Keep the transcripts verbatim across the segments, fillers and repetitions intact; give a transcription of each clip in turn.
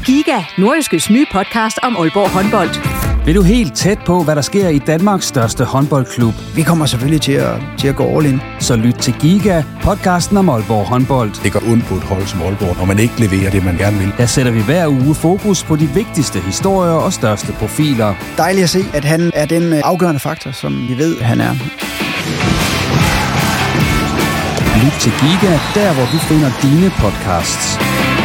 Giga, Nordjyskes nye podcast om Aalborg håndbold. Vil du helt tæt på, hvad der sker i Danmarks største håndboldklub? Vi kommer selvfølgelig til at, til at gå all in. Så lyt til Giga, podcasten om Aalborg håndbold. Det går ondt på et hold som Aalborg, når man ikke leverer det, man gerne vil. Der sætter vi hver uge fokus på de vigtigste historier og største profiler. Dejligt at se, at han er den afgørende faktor, som vi ved, han er. Lyt til Giga, der hvor du finder dine podcasts.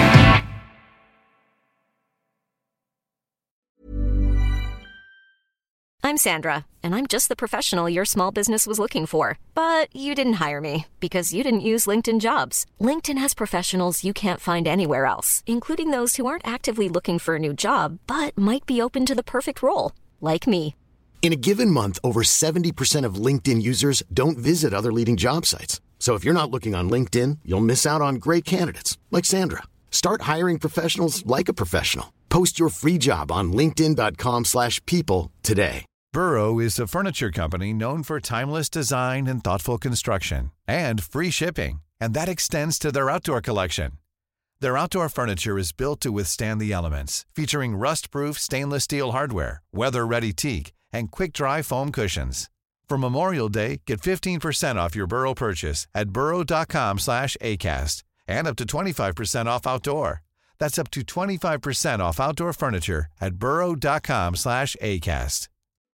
I'm Sandra, and I'm just the professional your small business was looking for. But you didn't hire me because you didn't use LinkedIn Jobs. LinkedIn has professionals you can't find anywhere else, including those who aren't actively looking for a new job, but might be open to the perfect role, like me. In a given month, over seventy percent of LinkedIn users don't visit other leading job sites. So if you're not looking on LinkedIn, you'll miss out on great candidates like Sandra. Start hiring professionals like a professional. Post your free job on linkedin dot com slash people today. Burrow is a furniture company known for timeless design and thoughtful construction and free shipping, and that extends to their outdoor collection. Their outdoor furniture is built to withstand the elements, featuring rust-proof stainless steel hardware, weather-ready teak, and quick-dry foam cushions. For Memorial Day, get fifteen percent off your Burrow purchase at burrow dot com slash acast, and up to twenty-five percent off outdoor. That's up to twenty-five percent off outdoor furniture at burrow dot com slash acast.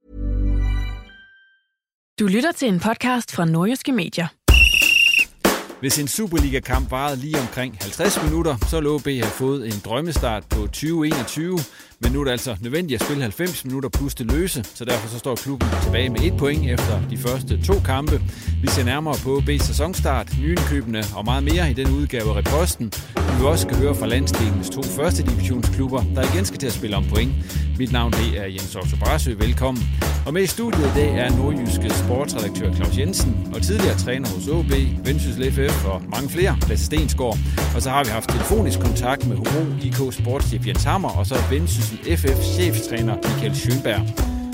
Du lytter til en podcast fra Nordjyske Medier. Hvis en Superliga-kamp varede lige omkring halvtreds minutter, så lå O B have fået en drømmestart på tyve enogtyve. Men nu er det altså nødvendigt at spille halvfems minutter plus det løse, så derfor så står klubben tilbage med et point efter de første to kampe. Vi ser nærmere på O B's sæsonstart, nyindkøbene og meget mere i den udgave af Reposten. Vi vil også skal høre fra landsdelens to første divisionsklubber, der igen skal til at spille om point. Mit navn det er Jens Otto Brasø. Velkommen. Og med i studiet i dag er nordjyske sportsredaktør Claus Jensen og tidligere træner hos O B, Vendsyssel F F og mange flere, Lasse Stensgaard. Og så har vi haft telefonisk kontakt med Hobro I K sportschef Jens Hammer og så Vendsyssel F F-cheftræner Michael Schönberg.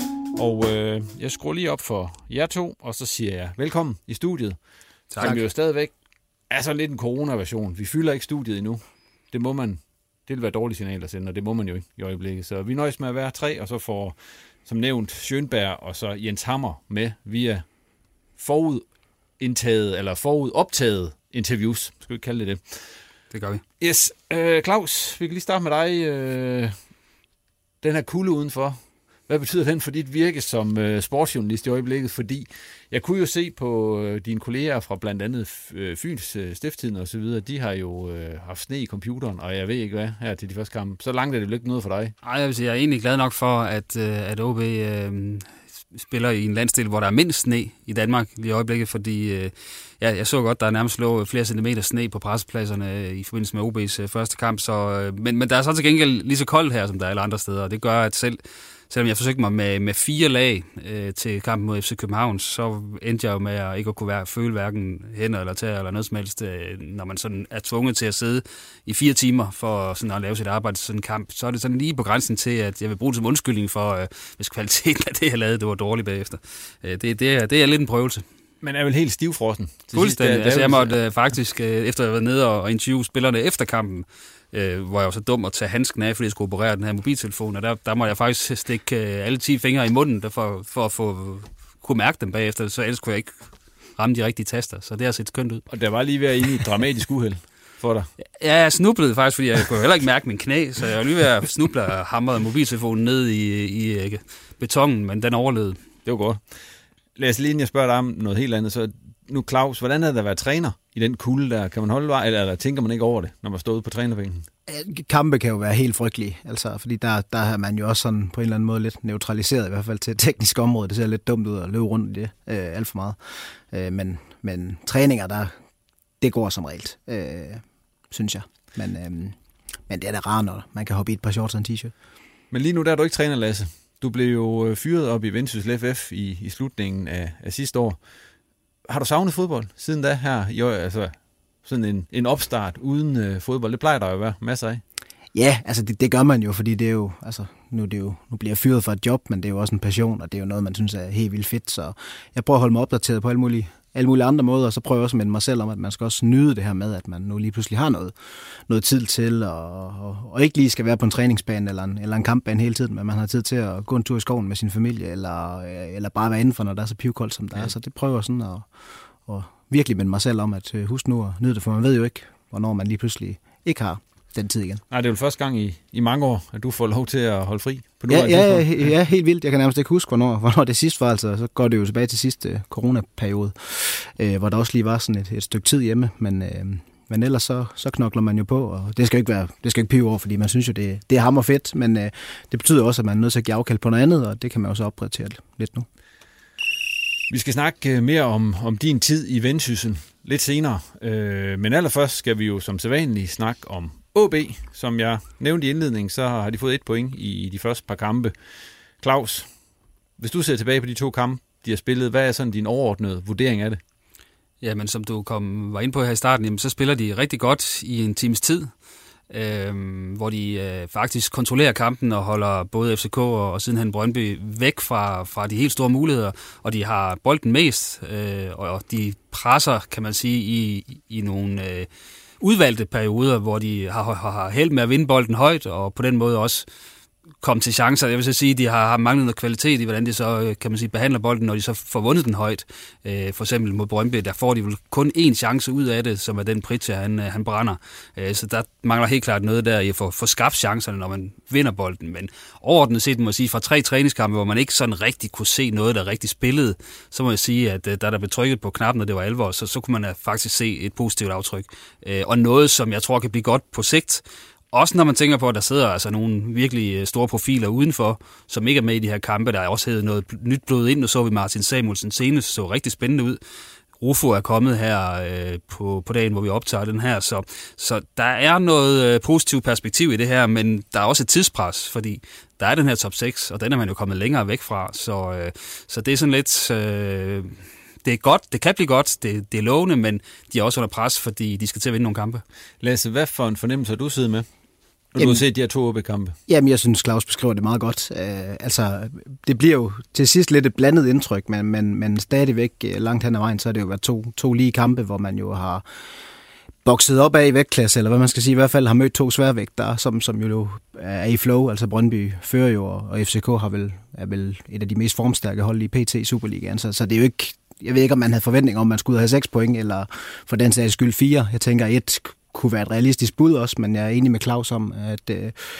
Og øh, jeg skruer lige op for jer to, og så siger jeg velkommen i studiet. Tak. Som jo stadigvæk er sådan lidt en corona-version. Vi fylder ikke studiet endnu. Det må man, det vil være dårligt signal at sende, og det må man jo ikke i øjeblikket. Så vi nøjes med at være tre, og så får, som nævnt, Schönberg og så Jens Hammer med via forudindtaget, eller forudoptaget interviews. Skal vi kalde det det? Det gør vi. Yes. Øh, Claus, vi kan lige starte med dig. Øh, den her kulde udenfor. Hvad betyder den for dit virke som øh, sportsjournalist i øjeblikket? Fordi jeg kunne jo se på øh, dine kolleger fra blandt andet øh, Fyns øh, Stiftstiden og så videre, de har jo øh, haft sne i computeren, og jeg ved ikke hvad, her til de første kampe. Så langt er det jo ikke noget for dig. Nej, jeg vil sige, jeg er egentlig glad nok for, at, øh, at O B øh, spiller i en landsdel, hvor der er mindst sne i Danmark i øjeblikket, fordi øh, ja, jeg så godt, der er nærmest lå flere centimeter sne på pressepladserne i forbindelse med O B's øh, første kamp, så, øh, men, men der er så til gengæld lige så koldt her, som der er alle andre steder, og det gør, at selv Selvom jeg forsøgte mig med, med fire lag øh, til kampen mod F C København, så endte jeg jo med at ikke at kunne være, føle hverken hænder eller tæer eller noget som helst, øh, når man sådan er tvunget til at sidde i fire timer for sådan at lave sit arbejde til sådan en kamp. Så er det sådan lige på grænsen til, at jeg vil bruge det som undskyldning for, øh, hvis kvaliteten af det, jeg lavede, det var dårligt bagefter. Øh, det, det, er, det er lidt en prøvelse. Men er vel helt stivfrossen? Fuldstændig. Altså jeg måtte øh, faktisk, øh, efter at have været nede og, og interviewe spillerne efter kampen, øh, hvor jeg var så dum at tage handsken af, fordi jeg skulle operere den her mobiltelefon, og der, der må jeg faktisk stikke øh, alle ti fingre i munden der for, for at få kunne mærke dem bagefter, så ellers kunne jeg ikke ramme de rigtige taster, så det har set skønt ud. Og der var lige ved at ind i et dramatisk uheld for dig? Ja, jeg snublede faktisk, fordi jeg kunne heller ikke mærke min knæ, så jeg var lige ved at snuble og hamrede mobiltelefonen ned i, i, i betongen, men den overlevede. Det var godt. Lad os lige, inden jeg spørger dig om noget helt andet, så nu Claus, hvordan er det at være træner i den kulde der? Kan man holde vej, eller, eller tænker man ikke over det, når man står ude på trænerbænken? Kampe kan jo være helt frygtelige, altså, fordi der, der har man jo også sådan på en eller anden måde lidt neutraliseret, i hvert fald til et teknisk område. Det ser lidt dumt ud at løbe rundt i det øh, alt for meget. Øh, men, men træninger, der, det går som regel, øh, synes jeg. Men, øh, men det er da rart, når man kan hoppe i et par shorts og en t-shirt. Men lige nu der er du ikke træner, Lasse. Du blev jo fyret op i Vendsyssel F F i, i slutningen af, af sidste år. Har du savnet fodbold siden da her? Jo, altså sådan en, en opstart uden øh, fodbold. Det plejer der jo at være masser af. Ja, altså det, det gør man jo, fordi det er jo, altså nu, det er jo, nu bliver jeg fyret for et job, men det er jo også en passion, og det er jo noget, man synes er helt vildt fedt. Så jeg prøver at holde mig opdateret på alle mulige alle mulige andre måder, og så prøver jeg også at minde mig selv om, at man skal også nyde det her med, at man nu lige pludselig har noget, noget tid til, og, og, og ikke lige skal være på en træningsbane eller en, eller en kampbane hele tiden, men man har tid til at gå en tur i skoven med sin familie, eller, eller bare være indenfor, når der er så pivkoldt, som der ja. er. Så det prøver jeg sådan at, at virkelig minde mig selv om, at husk nu at nyde det, for man ved jo ikke, hvornår man lige pludselig ikke har den tid igen. Nej, det er jo første gang i, i mange år, at du får lov til at holde fri. På ja, ja, ja, helt vildt. Jeg kan nærmest ikke huske, hvornår, hvornår det sidste var. Altså, så går det jo tilbage til sidste coronaperiode, øh, hvor der også lige var sådan et, et stykke tid hjemme. Men, øh, men ellers så, så knokler man jo på, og det skal jo ikke være, det skal ikke pive over, fordi man synes jo, det, det er hammer fedt. Men øh, det betyder også, at man er nødt til at give afkald på noget andet, og det kan man jo så opprioritere lidt nu. Vi skal snakke mere om, om din tid i Vendsyssel lidt senere. Øh, men allerførst skal vi jo som sædvanligt snakke om O B. Som jeg nævnte i indledningen, så har de fået et point i de første par kampe. Claus, hvis du ser tilbage på de to kampe, de har spillet, hvad er sådan din overordnede vurdering af det? Jamen, som du kom, var inde på her i starten, jamen, så spiller de rigtig godt i en times tid, øh, hvor de øh, faktisk kontrollerer kampen og holder både F C K og, og sidenhen Brøndby væk fra, fra de helt store muligheder, og de har bolden mest, øh, og de presser, kan man sige, i, i nogle øh, udvalgte perioder, hvor de har, har, har held med at vinde bolden højt, og på den måde også komme til chancer. Jeg vil så sige, at de har, har manglet noget kvalitet i, hvordan de så, kan man sige, behandler bolden, når de så får vundet den højt. Øh, for eksempel mod Brøndby, der får de vel kun én chance ud af det, som er den Pritja, han, han brænder. Øh, så der mangler helt klart noget der i at få, få skabt chancerne, når man vinder bolden. Men overordnet set, må jeg sige, fra tre træningskampe, hvor man ikke sådan rigtig kunne se noget, der rigtig spillede, så må jeg sige, at da der blev trykket på knappen, og det var alvor, så, så kunne man faktisk se et positivt aftryk. Øh, og noget, som jeg tror kan blive godt på sigt. Også når man tænker på, at der sidder altså nogle virkelig store profiler udenfor, som ikke er med i de her kampe. Der er også heddet noget nyt blod ind. Nu så vi Martin Samuelsen senest, så rigtig spændende ud. Rufo er kommet her øh, på, på dagen, hvor vi optager den her. Så, så der er noget øh, positivt perspektiv i det her, men der er også et tidspres, fordi der er den her top seks, og den er man jo kommet længere væk fra. Så, øh, så det er sådan lidt... Øh, det er godt, det kan blive godt, det, det er lovende, men de er også under pres, fordi de skal til at vinde nogle kampe. Lasse, hvad for en fornemmelse har du siddet med, når du har set de her to O B-kampe? Jamen, jeg synes, Claus beskriver det meget godt. Uh, altså, det bliver jo til sidst lidt et blandet indtryk, men, men, men stadigvæk langt hen ad vejen, så er det jo været to, to lige kampe, hvor man jo har bokset op af i vægtklasse, eller hvad man skal sige, i hvert fald har mødt to sværvægtere, som, som jo er i flow. Altså Brøndby fører jo, og F C K har vel, er vel et af de mest formstærke hold i P T i Superligaen, så, så det er jo ikke, jeg ved ikke, om man havde forventning om, at man skulle have seks point, eller for den sags skyld fire. Jeg tænker, et kunne være et realistisk bud også, men jeg er enig med Claus om, at,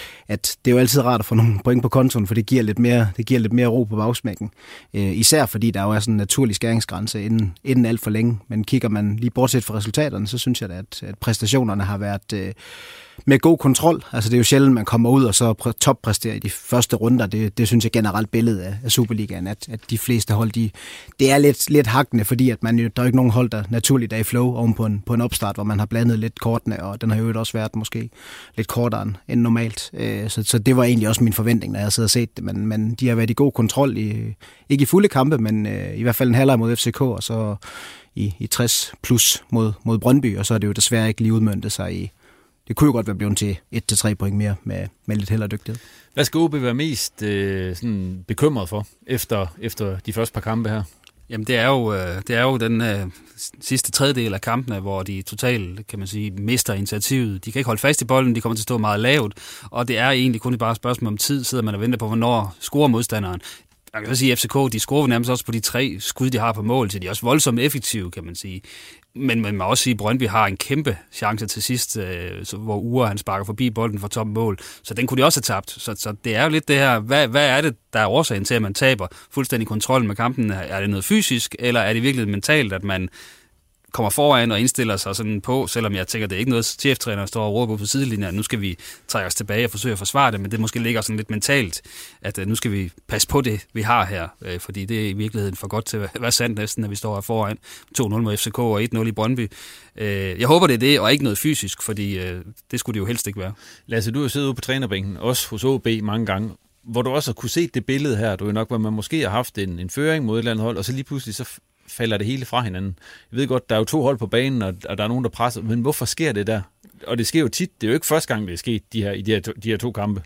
at det er jo altid rart at få nogle point på kontoen, for det giver lidt mere, det giver lidt mere ro på bagsmækken. Især fordi der jo er sådan en naturlig skæringsgrænse inden, inden alt for længe. Men kigger man lige bortset fra resultaterne, så synes jeg, at, at præstationerne har været med god kontrol. Altså det er jo sjældent, man kommer ud og så toppræsterer i de første runder. Det, det synes jeg generelt billede af, af Superligaen, at, at de fleste hold, de, det er lidt, lidt hakkende, fordi at man, der er ikke nogen hold, der naturligt er i flow oven på en, på en opstart, hvor man har blandet lidt kortene, og den har jo også været måske lidt kortere end normalt. Så, så det var egentlig også min forventning, når jeg havde set det. Men, men de har været i god kontrol, i, ikke i fulde kampe, men i hvert fald en halvleg mod F C K, og så i, i tres plus mod, mod Brøndby, og så er det jo desværre ikke lige udmøntet sig i. Det kunne jo godt være blevet til et til tre point mere med, med lidt held og dygtighed. Hvad skal O B være mest øh, sådan bekymret for efter, efter de første par kampe her? Jamen det er jo, det er jo den øh, sidste tredjedel af kampene, hvor de totalt, kan man sige, mister initiativet. De kan ikke holde fast i bolden, de kommer til at stå meget lavt, og det er egentlig kun bare et spørgsmål om tid, sidder man og venter på, hvornår scorer modstanderen. Jeg kan sige, at F C K, de scorer nærmest også på de tre skud, de har på mål, så de er også voldsomt effektive, kan man sige. Men man må også sige, at Brøndby har en kæmpe chance til sidst, øh, hvor Ure han sparker forbi bolden for toppen mål. Så den kunne de også have tabt. Så, så det er jo lidt det her, hvad, hvad er det, der er årsagen til, at man taber fuldstændig kontrollen med kampen? Er det noget fysisk, eller er det virkelig mentalt, at man kommer foran og indstiller sig sådan på, selvom jeg tænker, det er ikke noget, cheftræner står og råber på sidelinjen, nu skal vi trække os tilbage og forsøge at forsvare det, men det måske ligger sådan lidt mentalt, at nu skal vi passe på det, vi har her, fordi det er i virkeligheden for godt til at være sandt næsten, at vi står her foran to nul mod F C K og et nul i Brøndby. Jeg håber, det er det, og ikke noget fysisk, fordi det skulle det jo helst ikke være. Lasse, du har jo siddet ude på trænerbænken, også hos O B mange gange, hvor du også har kunne se det billede her, du er nok, hvor man måske har haft en, en føring mod et eller andet hold, og så lige pludselig så falder det hele fra hinanden. Jeg ved godt, der er jo to hold på banen, og, og der er nogen, der presser, men hvorfor sker det der? Og det sker jo tit, det er jo ikke første gang, det er sket de her, i de her, to, de her to kampe.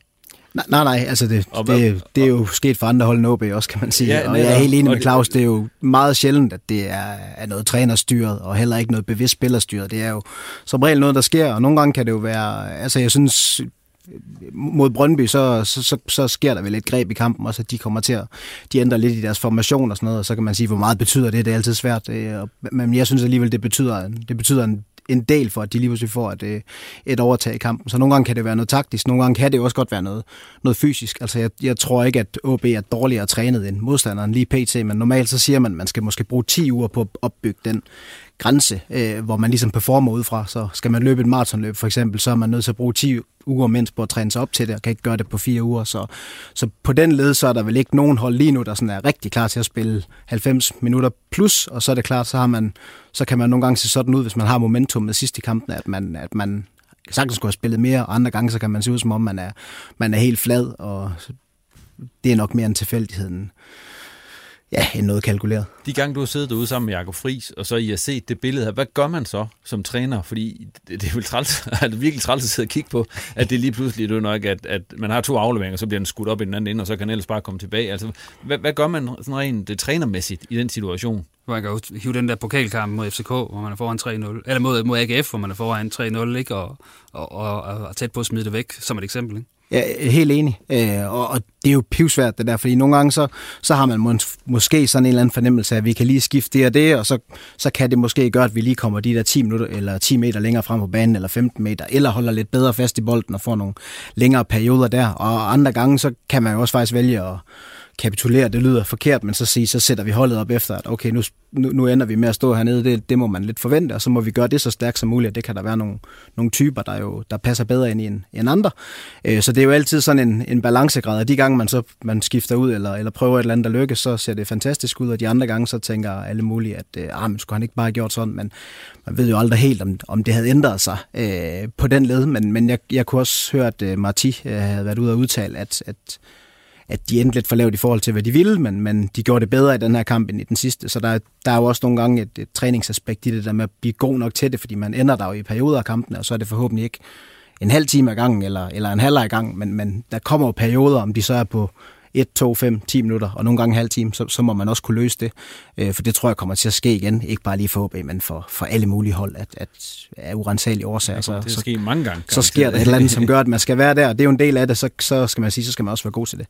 Nej, nej, nej, altså det, det, det er jo sket for andre hold end O B også, kan man sige. Ja, og jeg er helt enig med Claus, det er jo meget sjældent, at det er, er noget trænerstyret, og heller ikke noget bevidst spillerstyret. Det er jo som regel noget, der sker, og nogle gange kan det jo være, altså jeg synes, mod Brøndby, så, så, så, så sker der vel et greb i kampen også, at de kommer til at, de ændrer lidt i deres formation og sådan noget, og så kan man sige, hvor meget betyder det, det er altid svært. Men jeg synes alligevel, det betyder, det betyder en en del for, at de lige pludselig får et, et overtag i kampen. Så nogle gange kan det være noget taktisk, nogle gange kan det også godt være noget, noget fysisk. Altså jeg, jeg tror ikke, at O B er dårligere trænet end modstanderen lige pt, men normalt så siger man, at man skal måske bruge ti uger på at opbygge den grænse, øh, hvor man ligesom performer ud fra. Så skal man løbe et maratonløb for eksempel, så er man nødt til at bruge ti uger mindst på at træne sig op til det, og kan ikke gøre det på fire uger. Så, så på den led, så er der vel ikke nogen hold lige nu, der sådan er rigtig klar til at spille halvfems minutter plus, og så er det klart, så har man, så kan man nogle gange se sådan ud, hvis man har momentum med sidst i kampen, at man, at man sagtens skulle have spillet mere, og andre gange, så kan man se ud, som om man er, man er helt flad, og det er nok mere en tilfældigheden. Ja, end noget kalkuleret. De gange, du har siddet derude sammen med Jakob Friis, og så I har set det billede her, hvad gør man så som træner? Fordi det, det er vel træls, er det virkelig træls at sidde og kigge på, at det lige pludselig er nok, at, at man har to afleveringer, så bliver den skudt op i den anden ende, og så kan den ellers bare komme tilbage. Altså, hvad, hvad gør man sådan rent det trænermæssigt i den situation? Man kan jo hive den der pokalkamp mod F C K, hvor man er foran tre nul, eller mod, mod A G F, hvor man er foran tre nul, ikke? Og, og, og, og tæt på at smide det væk, som et eksempel, ikke? Ja, helt enig. Øh, og, og det er jo pivsvært det der, fordi nogle gange så, så har man mås- måske sådan en eller anden fornemmelse af, at vi kan lige skifte det og det, og så, så kan det måske gøre, at vi lige kommer de der ti minutter eller ti meter længere frem på banen, eller femten meter, eller holder lidt bedre fast i bolden og får nogle længere perioder der. Og andre gange, så kan man jo også faktisk vælge at kapitulere, det lyder forkert, men så sige, så sætter vi holdet op efter, at okay, nu, nu, nu ender vi med at stå hernede, det, det må man lidt forvente, og så må vi gøre det så stærkt som muligt, det kan der være nogle, nogle typer, der jo der passer bedre ind i en, end andre. Øh, så det er jo altid sådan en, en balancegrad, og de gange man så man skifter ud, eller, eller prøver et eller andet, der lykkes, så ser det fantastisk ud, og de andre gange, så tænker alle mulige, at øh, ah, men skulle han ikke bare have gjort sådan, men man ved jo aldrig helt, om, om det havde ændret sig øh, på den led, men, men jeg, jeg kunne også høre, at øh, Marti øh, havde været ude og udtale, at, at at de endte lidt for lavt i forhold til, hvad de ville, men, men de gjorde det bedre i den her kamp end i den sidste. Så der, der er jo også nogle gange et, et træningsaspekt i det der med at blive god nok til det, fordi man ender der jo i perioder af kampene, og så er det forhåbentlig ikke en halv time ad gangen, eller, eller en halvleg gang, men, men der kommer jo perioder, om de så er på et, to, fem, ti minutter, og nogle gange en halv time, så, så må man også kunne løse det. Øh, for det tror jeg kommer til at ske igen, ikke bare lige for O B, men for, for alle mulige hold, at, at af urensagelige årsager. Så, det sker mange gange. Så sker der et eller andet, som gør, at man skal være der, og det er jo en del af det, så, så skal man sige, så skal man også være god til det.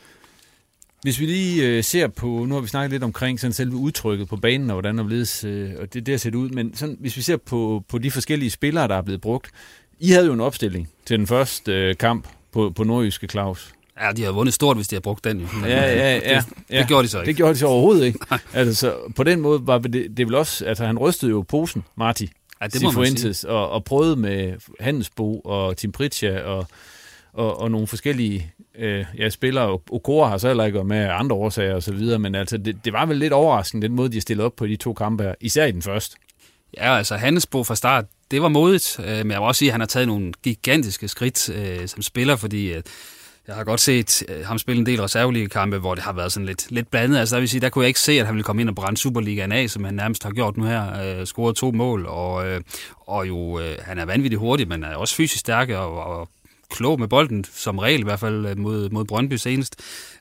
Hvis vi lige øh, ser på, nu har vi snakket lidt omkring sådan selve udtrykket på banen, og hvordan der blevet, øh, og det der set ud, men sådan, hvis vi ser på, på de forskellige spillere, der er blevet brugt, I havde jo en opstilling til den første øh, kamp på, på Nordjyske, Claus. Ja, de har vundet stort, hvis de har brugt den jo. Ja, ja, ja. Det, ja. det gjorde de så ikke. Det gjorde de så overhovedet ikke. Altså, så på den måde var det, det vel også, altså han rystede jo posen, Marti, ja, det må man sige. Og, og prøvede med Handelsbo og Tim Pritja og Og, og nogle forskellige øh, ja, spillere. Okora har så heller ikke været med andre årsager og så videre, men altså, det, det var vel lidt overraskende, den måde, de stillede op på de to kampe her, især i den første. Ja, altså Handelsbo fra start, det var modigt, øh, men jeg vil også sige, at han har taget nogle gigantiske skridt øh, som spiller, fordi øh, jeg har godt set øh, ham spille en del reserveligekampe, hvor det har været sådan lidt, lidt blandet. Altså der vil sige, der kunne jeg ikke se, at han ville komme ind og brænde Superligaen af, som han nærmest har gjort nu her, øh, scoret to mål, og, øh, og jo, øh, han er vanvittigt hurtig, men er også fysisk stærk og, og klog med bolden, som regel i hvert fald mod, mod Brøndby senest.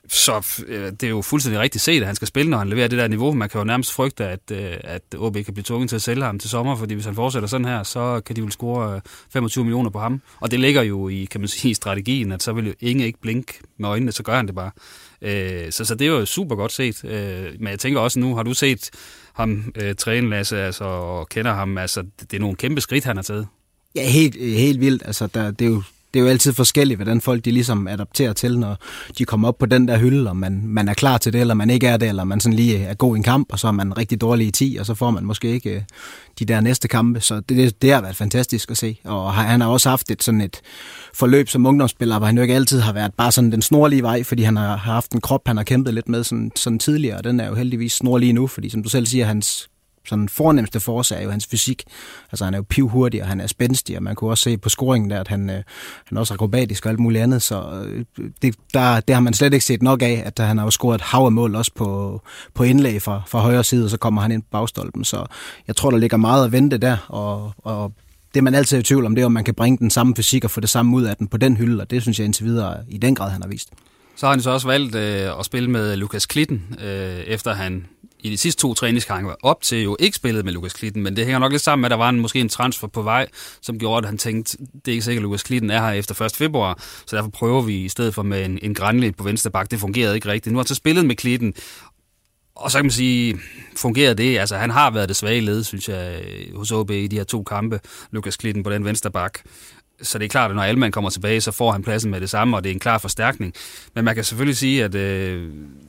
Så øh, det er jo fuldstændig rigtigt set, at han skal spille, når han leverer det der niveau. Man kan jo nærmest frygte, at, øh, at O B kan blive tvunget til at sælge ham til sommer, fordi hvis han fortsætter sådan her, så kan de vel score femogtyve millioner på ham. Og det ligger jo i, kan man sige, i strategien, at så vil jo Inge ikke blinke med øjnene, så gør han det bare. Øh, så, så det er jo super godt set. Øh, men jeg tænker også nu, har du set ham øh, træne, Lasse, altså, og kender ham, altså det er nogle kæmpe skridt, han har taget. Ja, helt, helt vildt. Altså, der, det er jo Det er jo altid forskelligt, hvordan folk de ligesom adapterer til, når de kommer op på den der hylde, og man, man er klar til det, eller man ikke er det, eller man sådan lige er god i en kamp, og så er man rigtig dårlig i ti, og så får man måske ikke de der næste kampe. Så det, det har været fantastisk at se. Og han har også haft et sådan et forløb som ungdomsspiller, hvor han jo ikke altid har været bare sådan den snorlige vej, fordi han har haft en krop, han har kæmpet lidt med sådan, sådan tidligere, og den er jo heldigvis snorlig nu, fordi som du selv siger, hans sådan fornemmeste force er jo hans fysik. Altså han er jo pivhurtig, og han er spændstig, og man kunne også se på scoringen der, at han, øh, han er også akrobatisk og alt muligt andet, så øh, det, der, det har man slet ikke set nok af, at han har jo scoret et hav af mål også på, på indlæg fra, fra højre side, og så kommer han ind på bagstolpen, så jeg tror, der ligger meget at vente der, og, og det, man altid er i tvivl om, det er, om man kan bringe den samme fysik og få det samme ud af den på den hylde, og det synes jeg indtil videre i den grad, han har vist. Så har han så også valgt øh, at spille med Lukas Klitten, øh, efter han i de sidste to træningskampe var op til jo ikke spillet med Lukas Klitten, men det hænger nok lidt sammen med, at der var en, måske en transfer på vej, som gjorde, at han tænkte, det er ikke sikkert, at Lukas Klitten er her efter første februar, så derfor prøver vi i stedet for med en, en Granli på venstre bak. Det fungerede ikke rigtigt. Nu har han så spillet med Klitten, og så kan man sige, fungerer det? Altså, han har været det svage led, synes jeg, hos O B i de her to kampe, Lukas Klitten på den venstre bak. Så det er klart, at når Alman kommer tilbage, så får han pladsen med det samme, og det er en klar forstærkning. Men man kan selvfølgelig sige, at øh,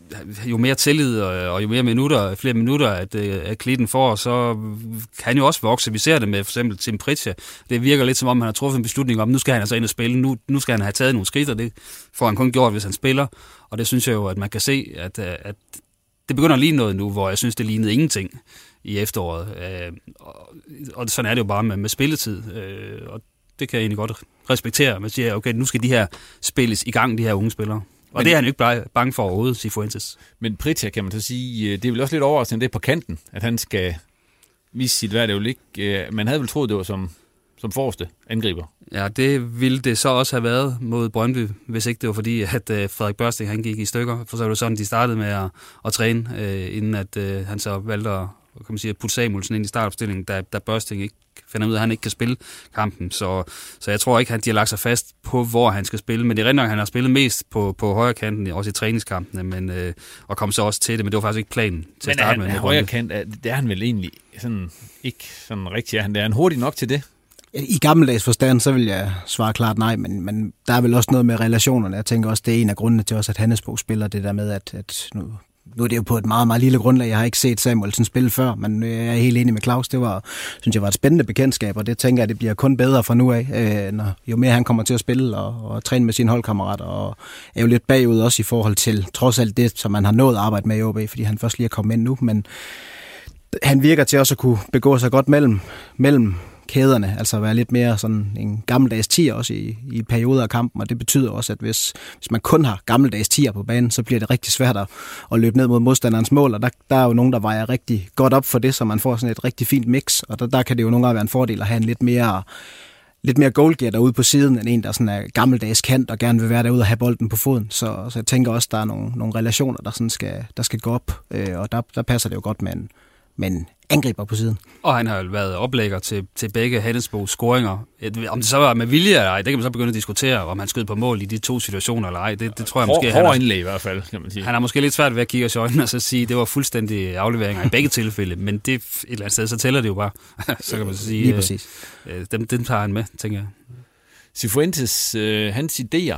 jo mere tillid og, og jo mere minutter, flere minutter, at, øh, at Klitten får, så kan han jo også vokse. Vi ser det med for eksempel Tim Pritchard. Det virker lidt som om, han har truffet en beslutning om, nu skal han altså ind og spille, nu, nu skal han have taget nogle skridt, og det får han kun gjort, hvis han spiller. Og det synes jeg jo, at man kan se, at, at det begynder at ligne noget nu, hvor jeg synes, det lignede ingenting i efteråret. Øh, og, og sådan er det jo bare med, med spilletid. Øh, og det kan jeg egentlig godt respektere. Man siger, okay, nu skal de her spilles i gang, de her unge spillere. Og men, det er han jo ikke bange for overhovedet, Cifuentes. Men Pritchard, kan man så sige, det er vel også lidt overraskende, det er på kanten, at han skal vise sit værd. Det er jo ikke, man havde vel troet, det var som, som forreste angriber. Ja, det ville det så også have været mod Brøndby, hvis ikke det var fordi, at Frederik Børsting han gik i stykker. For så var det sådan, de startede med at, at træne, inden at han så valgte at, kan man sige, at putte Samuelsen ind i startopstillingen, da, da Børsting ikke finder ud af, at han ikke kan spille kampen. Så, så jeg tror ikke, at de har lagt sig fast på, hvor han skal spille. Men det er rent nok, han har spillet mest på, på højre kanten, også i træningskampene, men, øh, og kom så også til det. Men det var faktisk ikke planen til men at starte med. Men højre kant, det er han vel egentlig sådan, ikke sådan rigtig. Han er han hurtig nok til det? I gammeldags forstand, så vil jeg svare klart nej, men, men der er vel også noget med relationerne. Jeg tænker også, det er en af grundene til også, at Hannesbo spiller det der med, at, at nu... Nu er det jo på et meget, meget lille grundlag. Jeg har ikke set Samuelsen spille før, men jeg er helt enig med Claus. Det var, synes jeg var et spændende bekendtskab, og det tænker jeg, det bliver kun bedre fra nu af. Øh, når, jo mere han kommer til at spille og, og træne med sine holdkammerater, og er jo lidt bagud også i forhold til trods alt det, som man har nået at arbejde med i O B, fordi han først lige er kommet ind nu, men han virker til også at kunne begå sig godt mellem, mellem kæderne, altså være lidt mere sådan en gammeldags tier også i, i perioder af kampen, og det betyder også, at hvis, hvis man kun har gammeldags tier på banen, så bliver det rigtig svært at, at løbe ned mod modstanderens mål, og der, der er jo nogen, der vejer rigtig godt op for det, så man får sådan et rigtig fint mix, og der, der kan det jo nogle gange være en fordel at have en lidt mere lidt mere goalgetter ude på siden, end en, der sådan er gammeldags kant og gerne vil være derude og have bolden på foden. Så, så jeg tænker også, der er nogle, nogle relationer, der, sådan skal, der skal gå op, øh, og der, der passer det jo godt med en, med en angriber på siden. Og han har jo været oplægger til, til begge Hannesbos scoringer. Om det så var med vilje eller ej, det kan man så begynde at diskutere, om han skød på mål i de to situationer eller ej. Det, det tror jeg måske... Hård indlæg i hvert fald, kan man sige. Han har måske lidt svært ved at kigge os i øjnene og så sige, at det var fuldstændig afleveringer i begge tilfælde, men det et eller andet sted, så tæller det jo bare. Så kan man så sige... Lige præcis. Øh, dem, dem tager han med, tænker jeg. Cifuentes, øh, hans idéer,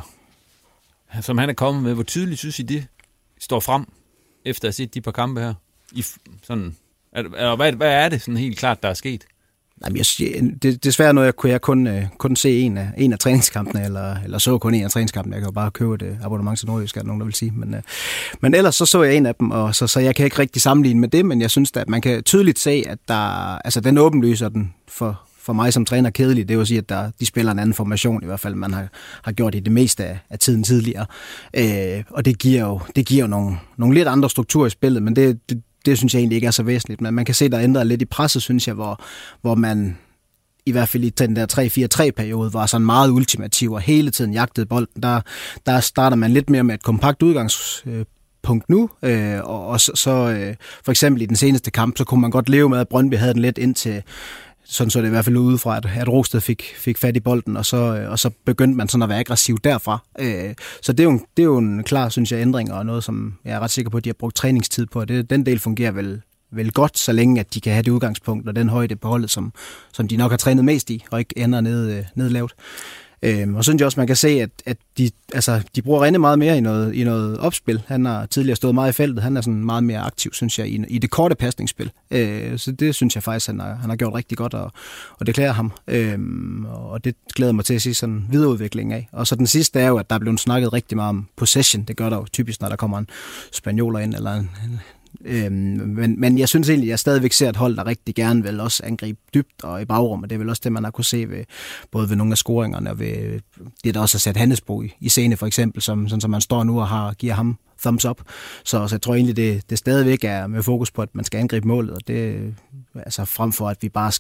som han er kommet med, hvor tydeligt synes I, det står frem, efter at have set de par kampe her? I sådan... Eller hvad, hvad er det sådan helt klart, der er sket? Jamen, jeg, det, desværre noget, jeg kunne jeg kun, uh, kun se en af, en af træningskampene, eller, eller så kun en af træningskampene. Jeg kan jo bare købe et uh, abonnement til Nordjysk, er der nogen, der vil sige. Men, uh, men ellers så så jeg en af dem, og så, så jeg kan ikke rigtig sammenligne med det, men jeg synes, at man kan tydeligt se, at der, altså den åbenlyser den for, for mig som træner kedelig. Det vil sige, at der, de spiller en anden formation, i hvert fald man har, har gjort i det meste af, af tiden tidligere. Uh, og det giver jo, det giver jo nogle, nogle lidt andre strukturer i spillet, men det, det Det synes jeg egentlig ikke er så væsentligt, men man kan se, der er ændret lidt i presset, synes jeg, hvor, hvor man i hvert fald i den der tre fire tre-periode var sådan meget ultimativ og hele tiden jagtede bolden. Der, der starter man lidt mere med et kompakt udgangspunkt nu, øh, og, og så, så øh, for eksempel i den seneste kamp, så kunne man godt leve med, at Brøndby havde den lidt ind til, sådan så det i hvert fald udefra, at, at Rosted fik, fik fat i bolden, og så, og så begyndte man sådan at være aggressiv derfra. Øh, så det er, jo, det er jo en klar, synes jeg, ændring, og noget, som jeg er ret sikker på, at de har brugt træningstid på. Det, den del fungerer vel, vel godt, så længe at de kan have det udgangspunkt og den højde på holdet, som, som de nok har trænet mest i, og ikke ender ned, ned lavt. Øhm, og så synes jeg også, man kan se, at, at de, altså, de bruger Rene meget mere i noget, i noget opspil. Han har tidligere stået meget i feltet. Han er sådan meget mere aktiv, synes jeg, i, i det korte pasningsspil. Øh, så det synes jeg faktisk, han har, han har gjort rigtig godt, og, og det klæder ham. Øhm, og det glæder mig til at sige sådan videreudvikling af. Og så den sidste er jo, at der er blevet snakket rigtig meget om possession. Det gør der jo typisk, når der kommer en spanioler ind, eller en, en Øhm, men, men jeg synes egentlig, at jeg stadigvæk ser et hold, der rigtig gerne vil også angribe dybt og i bagrum, og det er vel også det, man har kunne se ved, både ved nogle af scoringerne og ved det, der også har sat Hannesbo i, i scene for eksempel, som, sådan, som man står nu og har, giver ham thumbs up. Så, så jeg tror egentlig, det, det stadigvæk er med fokus på, at man skal angribe målet, og det altså frem for, at vi bare skal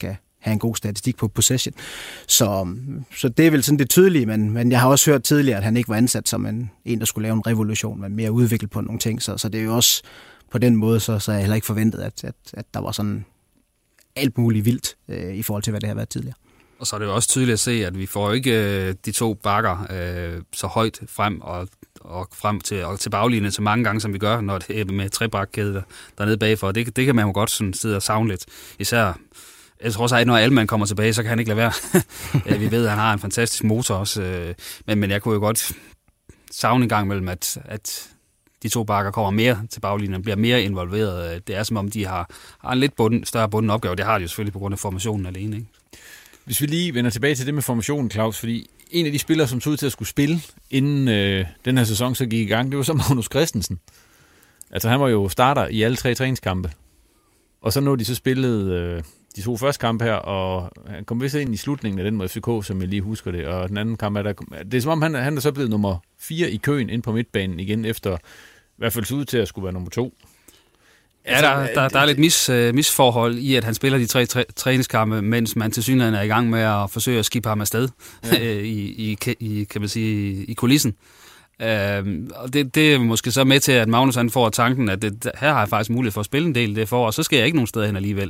have en god statistik på possession. Så, så det er vel sådan det tydelige, men, men jeg har også hørt tidligere, at han ikke var ansat som en, en der skulle lave en revolution, men mere udviklet på nogle ting, så, så det er jo også på den måde, så, så har jeg heller ikke forventet, at, at, at der var sådan alt muligt vildt øh, i forhold til, hvad det har været tidligere. Og så er det jo også tydeligt at se, at vi får ikke øh, de to bakker øh, så højt frem og, og frem til, og til baglinjen så mange gange, som vi gør, når det er med trebakkæde der, dernede bagfor. Det, det kan man jo godt sådan sidde og savne lidt. Især, jeg tror også, at når Alman kommer tilbage, så kan han ikke lade være. Vi ved, at han har en fantastisk motor også, øh, men, men jeg kunne jo godt savne en gang mellem, at, at de to bakker kommer mere til baglinjen, bliver mere involveret. Det er som om, de har, har en lidt bunden, større bunden opgave. Det har de jo selvfølgelig på grund af formationen alene, ikke? Hvis vi lige vender tilbage til det med formationen, Claus, fordi en af de spillere, som tog ud til at skulle spille, inden øh, den her sæson så gik i gang, det var så Magnus Christensen. Altså han var jo starter i alle tre træningskampe. Og så nåede de så spillet øh, de to første kampe her, og han kom vist ind i slutningen af den mod F C K, som jeg lige husker det. Og den anden kamp er der... Det er som om, han, han er så blevet nummer fire i køen ind på midtbanen igen, efter i hvert fald så ud til at skulle være nummer to. Ja, der, der, der er lidt mis, uh, misforhold i, at han spiller de tre træ, træningskampe, mens man til synligheden er i gang med at forsøge at skippe ham afsted ja. i, i, i, kan man sige, i kulissen. Uh, og det, det er måske så med til, at Magnus han får tanken, at det, her har jeg faktisk mulighed for at spille en del det for, og så skal jeg ikke nogen steder hen alligevel.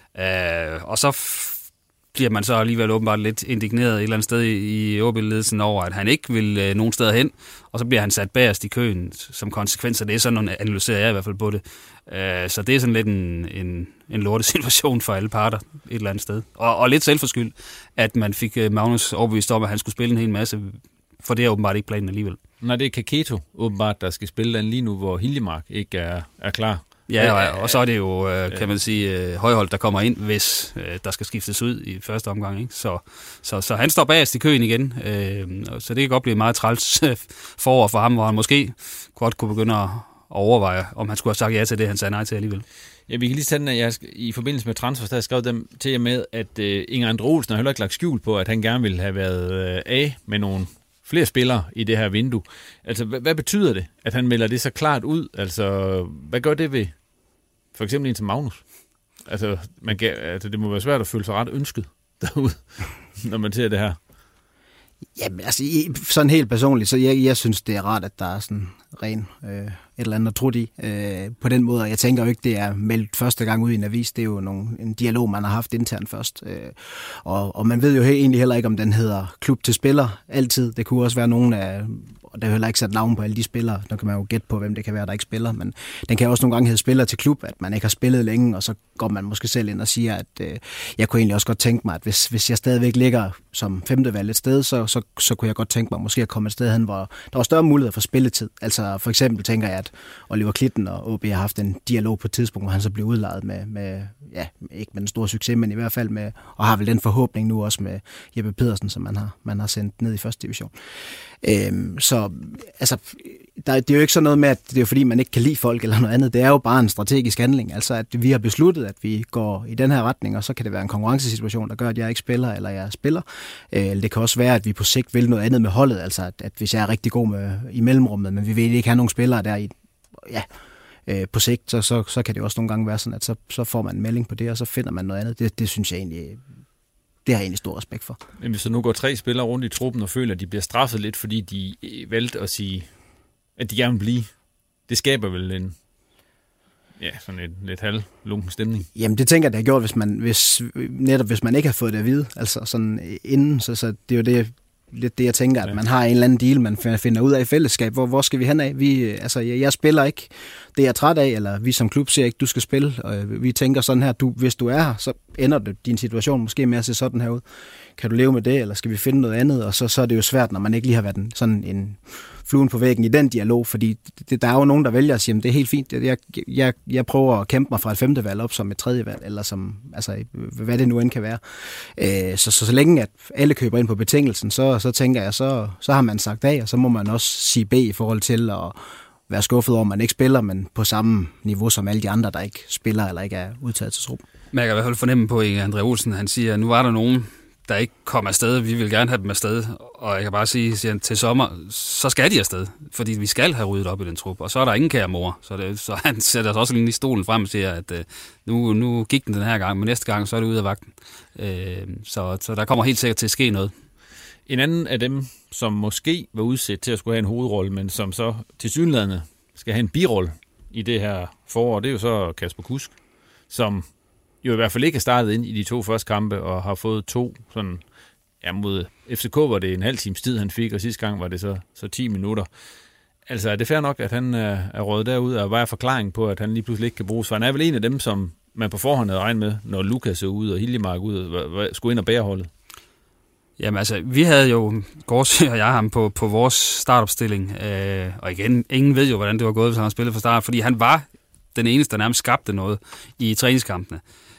Uh, og så f- bliver man så alligevel åbenbart lidt indigneret et eller andet sted i, i O B-ledelsen over, at han ikke vil uh, nogen steder hen, og så bliver han sat bagerst i køen som konsekvens af det. Sådan analyserer jeg i hvert fald på det. Uh, så det er sådan lidt en, en, en lortesituation for alle parter et eller andet sted. Og, og lidt selvforskyldt, at man fik uh, Magnus overbevist om, at han skulle spille en hel masse, for det er åbenbart ikke planen alligevel. Nej, det er Kaketo åbenbart, der skal spille den lige nu, hvor Hiljemark ikke er, er klar. Ja, og, og så er det jo, kan man sige, Højhold, der kommer ind, hvis der skal skiftes ud i første omgang. Ikke? Så, så, så han står bagerst i køen igen, så det kan godt blive meget træls forår for ham, hvor han måske godt kunne begynde at overveje, om han skulle have sagt ja til det, han sagde nej til alligevel. Ja, vi kan lige tage den, at jeg i forbindelse med transfers, der har skrevet dem til jer med, at Inger Andre Olsen har heller ikke lagt skjul på, at han gerne ville have været af med nogle flere spillere i det her vindue. Altså, hvad, hvad betyder det, at han melder det så klart ud? Altså, hvad gør det ved for eksempel en til Magnus? Altså, man kan, altså, det må være svært at føle sig ret ønsket derude, når man ser det her. Jamen, altså, sådan helt personligt, så jeg, jeg synes, det er rart, at der er sådan ren øh, et eller andet trudt i øh, på den måde. Jeg tænker jo ikke, det er meldt første gang ud i en avis. Det er jo nogle, en dialog, man har haft internt først. Øh, og, og man ved jo egentlig heller ikke, om den hedder klub til spiller altid. Det kunne også være nogen af... Og der er heller ikke sat navn på alle de spillere. Nu kan man jo gætte på, hvem det kan være, der ikke spiller. Men den kan også nogle gange hedde spiller til klub, at man ikke har spillet længe, og så går man måske selv ind og siger, at øh, jeg kunne egentlig også godt tænke mig, at hvis, hvis jeg stadigvæk ligger som femtevalg et sted, så, så, så kunne jeg godt tænke mig måske at komme et sted hen, hvor der var større mulighed for spilletid. Altså for eksempel tænker jeg, at Oliver Klitten og O B har haft en dialog på et tidspunkt, hvor han så blev udlejet med, med ja, ikke med en stor succes, men i hvert fald med, og har vel den forhåbning nu også med Jeppe Pedersen, som man har, man har sendt ned i første division. Øhm, så altså, der, det er jo ikke sådan noget med, at det er fordi, man ikke kan lide folk eller noget andet. Det er jo bare en strategisk handling. Altså, at vi har besluttet, at vi går i den her retning, og så kan det være en konkurrencesituation, der gør, at jeg ikke spiller, eller jeg spiller. Øh, det kan også være, at vi på sigt vil noget andet med holdet. Altså, at, at hvis jeg er rigtig god med, i mellemrummet, men vi vil ikke have nogen spillere der i, ja, øh, på sigt, så, så, så kan det også nogle gange være sådan, at så, så får man en melding på det, og så finder man noget andet. Det, det synes jeg egentlig... Det har jeg egentlig stor respekt for. Men hvis der nu går tre spillere rundt i truppen og føler, at de bliver straffet lidt, fordi de valgte at sige, at de gerne vil blive, det skaber vel en, ja, sådan en lidt halvlunken stemning. Jamen det tænker jeg, det har gjort, hvis man, hvis, netop hvis man ikke har fået det at vide, altså sådan inden, så, så det er jo det, lidt det, jeg tænker, at ja. Man har en eller anden deal, man finder ud af i fællesskab. Hvor, hvor skal vi hen af? Vi, altså, jeg, jeg spiller ikke det, jeg er træt af, eller vi som klub siger ikke, du skal spille. Og vi tænker sådan her, du, hvis du er her, så ender det, din situation måske med at se sådan her ud. Kan du leve med det, eller skal vi finde noget andet? Og så, så er det jo svært, når man ikke lige har været en, sådan en fluen på væggen i den dialog, fordi det, der er jo nogen, der vælger at sige, det er helt fint. Jeg, jeg, jeg prøver at kæmpe mig fra et femte valg op som et tredje valg, eller som, altså, hvad det nu end kan være. Så, så, så længe at alle køber ind på betingelsen, så, så tænker jeg, så, så har man sagt af, og så må man også sige B i forhold til at være skuffet over, at man ikke spiller, men på samme niveau som alle de andre, der ikke spiller eller ikke er udtaget til truppen. Men jeg kan i hvert fald fornemme på, at Andre Olsen, han siger, at nu var der nogen, der ikke kom afsted. Vi vil gerne have dem afsted, og jeg kan bare sige, siger han, til sommer, så skal de afsted, fordi vi skal have ryddet op i den trup, og så er der ingen kære mor. Så, det, så han sætter også lige i stolen frem og siger, at øh, nu, nu gik den den her gang, men næste gang, så er det ude af vagten. Øh, så, så der kommer helt sikkert til at ske noget. En anden af dem, som måske var udsat til at skulle have en hovedrolle, men som så tilsyneladende skal have en birolle i det her forår, det er jo så Kasper Kusk, som jo i hvert fald ikke er startet ind i de to første kampe, og har fået to sådan, ja, mod F C K var det en halv times tid, han fik, og sidste gang var det så, så ti minutter. Altså, er det fair nok, at han er, er røget derud, og hvad er forklaringen på, at han lige pludselig ikke kan bruges? For han er vel en af dem, som man på forhånd havde regnet med, når Lukas er ude, og Hiljemark ude, skulle ind og bære holdet. Jamen altså, vi havde jo, Gårdsø og jeg, ham på, på vores startopstilling, øh, og igen, ingen ved jo, hvordan det var gået, hvis han har spillet fra start, fordi han var den eneste, der nærmest skabte noget i træningskampene.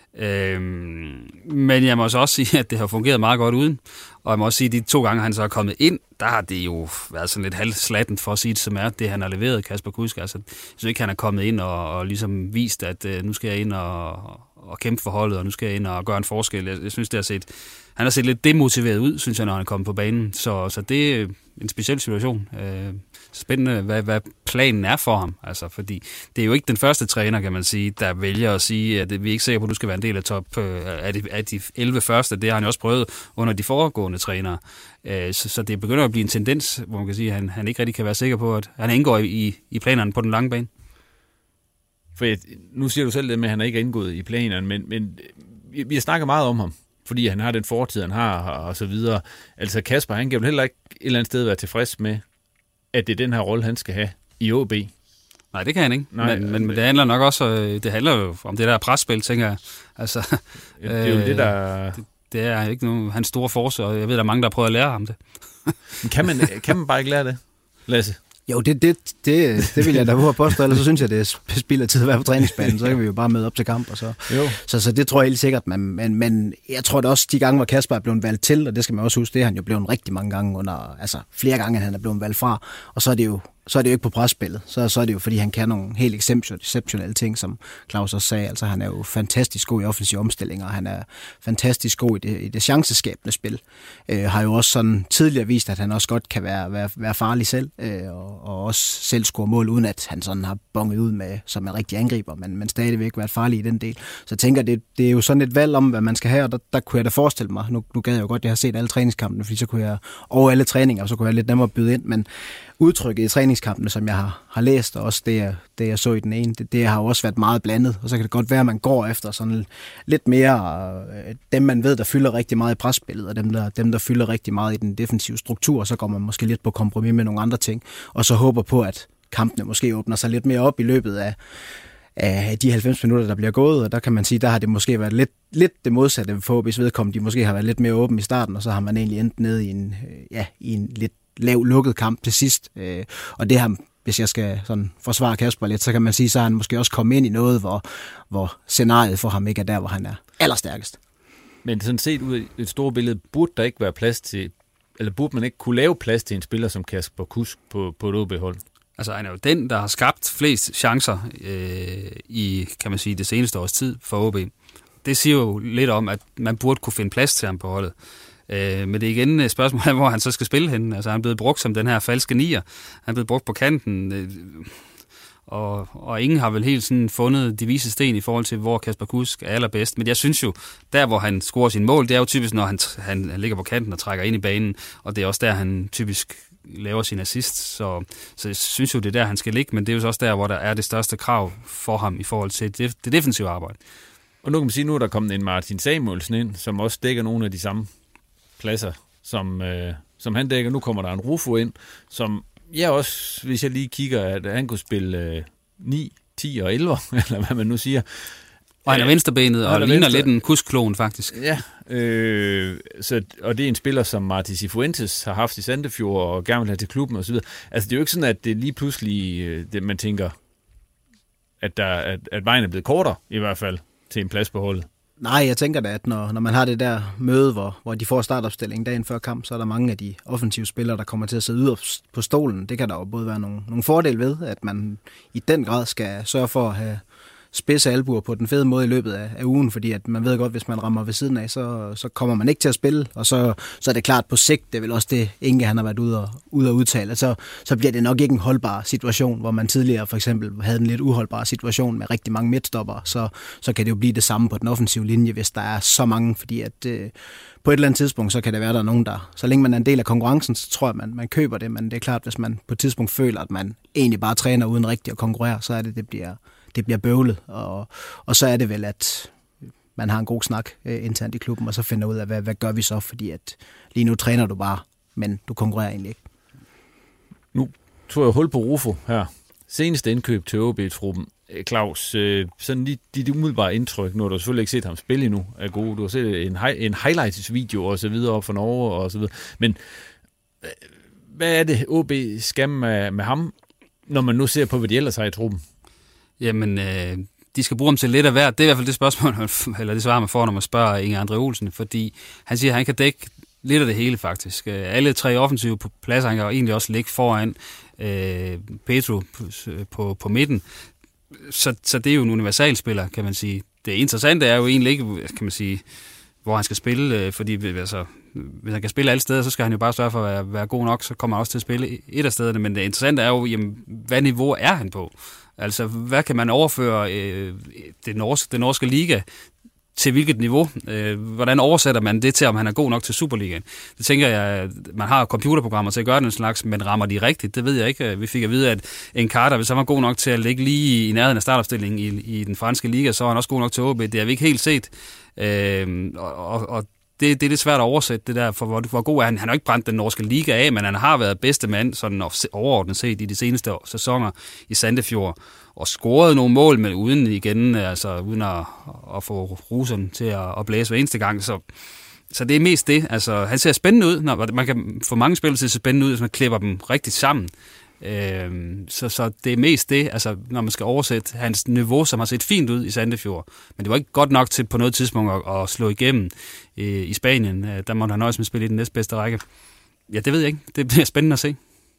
Øhm, men jeg må også sige, at det har fungeret meget godt uden, og jeg må også sige, at de to gange, han så er kommet ind, der har det jo været sådan lidt halvslattent for at sige det, som er det, han har leveret, Kasper Kusk. Altså, jeg synes ikke, han er kommet ind og, og ligesom vist, at øh, nu skal jeg ind og, og kæmpe for holdet, og nu skal jeg ind og gøre en forskel. Jeg, jeg synes, det har set, han har set lidt demotiveret ud, synes jeg, når han er kommet på banen, så, så det er en speciel situation. Øh, spændende, hvad, hvad planen er for ham, altså, fordi det er jo ikke den første træner, kan man sige, der vælger at sige, at vi er ikke sikre på, at du skal være en del af top øh, af, de, af de elleve første. Det har han jo også prøvet under de foregående trænere. Øh, så, så det begynder at blive en tendens, hvor man kan sige, at han, han ikke rigtig kan være sikker på, at han indgår i, i planerne på den lange bane. For jeg, nu siger du selv det med, at han ikke er indgået i planerne, men, men vi, vi har snakket meget om ham, fordi han har den fortid, han har, og så videre. Altså Kasper, han kan jo heller ikke et eller andet sted være tilfreds med, at det er den her rolle, han skal have i O B. Nej, det kan han ikke. Nej, men, men, men det handler nok også, det handler jo om det der presspil, tænker jeg. Altså, ja, det er jo øh, det, der... Det, det er ikke nogen, hans store force, og jeg ved, der er mange, der har prøvet at lære ham det. Men kan man, kan man bare ikke lære det, Lasse? Jo, det, det, det, det vil jeg da våge påstå, ellers så synes jeg, det er spild af tid at være på træningsbanen, så kan vi jo bare møde op til kamp. Og så. Så, så det tror jeg helt sikkert, men, men, men jeg tror da også, de gange, hvor Kasper er blevet valgt til, og det skal man også huske, det er han jo blevet rigtig mange gange under, altså flere gange, han er blevet valgt fra, og så er det jo så er det jo ikke på presspillet. Så, så er det jo, fordi han kan nogle helt exceptionelle ting, som Claus også sagde. Altså, han er jo fantastisk god i offensive omstillinger, han er fantastisk god i det, i det chanceskabende spil. Øh, har jo også sådan tidligere vist, at han også godt kan være, være, være farlig selv, øh, og, og også selv score mål, uden at han sådan har bonget ud med, som en rigtig angriber, men, men stadigvæk været farlig i den del. Så jeg tænker, det, det er jo sådan et valg om, hvad man skal have, og der, der kunne jeg da forestille mig, nu, nu gad jeg jo godt, at jeg har set alle træningskampene, fordi så kunne jeg over alle træninger, og så kunne jeg lidt nemmere byde ind, men udtrykket i træningskampene, som jeg har, har læst, og også det jeg, det, jeg så i den ene, det, det har jo også været meget blandet, og så kan det godt være, at man går efter sådan lidt mere øh, dem, man ved, der fylder rigtig meget i presspillet, og dem der, dem, der fylder rigtig meget i den defensive struktur, og så går man måske lidt på kompromis med nogle andre ting, og så håber på, at kampene måske åbner sig lidt mere op i løbet af, af de halvfems minutter, der bliver gået, og der kan man sige, der har det måske været lidt, lidt det modsatte for, hvis vedkommende, de måske har været lidt mere åben i starten, og så har man egentlig endt ned i en, ja, i en lidt lav lukket kamp til sidst, øh, og det har, hvis jeg skal sådan forsvare Kasper lidt, så kan man sige, så har han måske også kommet ind i noget, hvor, hvor scenariet for ham ikke er der, hvor han er allerstærkest. Men sådan set ud i et stort billede, burde der ikke være plads til, eller burde man ikke kunne lave plads til en spiller som Kasper Kusk på, på et O B-hold? Altså han er jo den, der har skabt flest chancer øh, i, kan man sige, det seneste års tid for O B. Det siger jo lidt om, at man burde kunne finde plads til ham på holdet. Øh, men det er igen et spørgsmål af, hvor han så skal spille henne. Altså han er blevet brugt som den her falske nier. Han er blevet brugt på kanten, øh, og, og ingen har vel helt sådan fundet de vise sten i forhold til, hvor Kasper Kusk er allerbedst. Men jeg synes jo, der hvor han scorer sin mål, det er jo typisk, når han, han, han ligger på kanten og trækker ind i banen, og det er også der, han typisk laver sin assist. Så, så jeg synes jo, det er der, han skal ligge, men det er jo også der, hvor der er det største krav for ham i forhold til det, det defensive arbejde. Og nu kan man sige, nu er der kommet en Martin Samuelsen ind, som også dækker nogle af de samme pladser, som, øh, som han dækker. Nu kommer der en Rufo ind, som jeg også, hvis jeg lige kigger, at han kunne spille øh, ni, ti og elleve, eller hvad man nu siger. Og han er venstrebenet, og, og ligner venstre. Lidt en Kusk-klon, faktisk. Ja, øh, så, og det er en spiller, som Martin Cifuentes har haft i Sandefjord, og gerne vil have til klubben osv. Altså, det er jo ikke sådan, at det lige pludselig, øh, det, man tænker, at, der, at, at vejen er blevet kortere, i hvert fald, til en plads på holdet. Nej, jeg tænker da, at når, når man har det der møde, hvor, hvor de får startopstillingen dagen før kamp, så er der mange af de offensive spillere, der kommer til at sidde yderst på stolen. Det kan der jo både være nogle, nogle fordele ved, at man i den grad skal sørge for at have spidse albuer på den fede måde i løbet af, af ugen, fordi at man ved godt, hvis man rammer ved siden af, så, så kommer man ikke til at spille, og så, så er det klart på sigt, det er vel også det, Inge han har været ude og, ude og udtale, så, så bliver det nok ikke en holdbar situation, hvor man tidligere for eksempel havde en lidt uholdbar situation med rigtig mange midtstopper, så, så kan det jo blive det samme på den offensive linje, hvis der er så mange, fordi at øh, på et eller andet tidspunkt, så kan det være, der er nogen, der, så længe man er en del af konkurrencen, så tror jeg, man, man køber det, men det er klart, hvis man på et tidspunkt føler, at man egentlig bare træner uden rigtigt at konkurrere, så er det, det bliver, det bliver bøvlet, og, og så er det vel, at man har en god snak øh, internt i klubben, og så finder ud af, hvad, hvad gør vi så, fordi at lige nu træner du bare, men du konkurrerer egentlig ikke. Nu tog jeg hul på Rufo her. Seneste indkøb til O B-truppen. Claus, øh, sådan lige dit umiddelbare indtryk, nu har du selvfølgelig ikke set ham spille endnu, er gode. Du har set en, en highlights-video og så videre op fra Norge og så videre. Men øh, hvad er det, O B skal med, med ham, når man nu ser på, hvad de ellers har i truppen? Jamen, øh, de skal bruge ham til lidt af hvert. Det er i hvert fald det spørgsmål, eller det svar, man får, når man spørger Inge André Olsen, fordi han siger, at han kan dække lidt af det hele, faktisk. Alle tre offensive på pladser, han kan egentlig også ligge foran øh, Petro på, på, på midten. Så, så det er jo en universalspiller, kan man sige. Det interessante er jo egentlig ikke, kan man sige, hvor han skal spille, fordi altså, hvis han kan spille alle steder, så skal han jo bare sørge for at være, være god nok, så kommer han også til at spille et af stederne. Men det interessante er jo, jamen, hvad niveau er han på? Altså, hvad kan man overføre øh, det norske, det norske liga til hvilket niveau? Øh, hvordan oversætter man det til, om han er god nok til Superligaen? Det tænker jeg, man har computerprogrammer til at gøre den slags, men rammer de rigtigt? Det ved jeg ikke. Vi fik at vide, at en Carter, hvis han var god nok til at ligge lige i nærheden af startopstillingen i, i den franske liga, så er han også god nok til O B. Det har vi ikke helt set. Øh, og, og det, det er lidt svært at oversætte det der, for hvor, hvor god er han. Han har ikke brændt den norske liga af, men han har været bedste mand, sådan overordnet set, i de seneste sæsoner i Sandefjord, og scoret nogle mål, men uden igen, altså uden at, at få ruserne til at, at blæse hver eneste gang. Så, så det er mest det. Altså, han ser spændende ud. Når man kan få mange spillere til at se spændende ud, hvis man klipper dem rigtig sammen. Øhm, så, så det er mest det, altså, når man skal oversætte hans niveau, som har set fint ud i Sandefjord. Men det var ikke godt nok til på noget tidspunkt at, at slå igennem øh, i Spanien. Der måtte han nøjes med at spille i den næstbedste række. Ja, det ved jeg ikke. Det bliver spændende at se.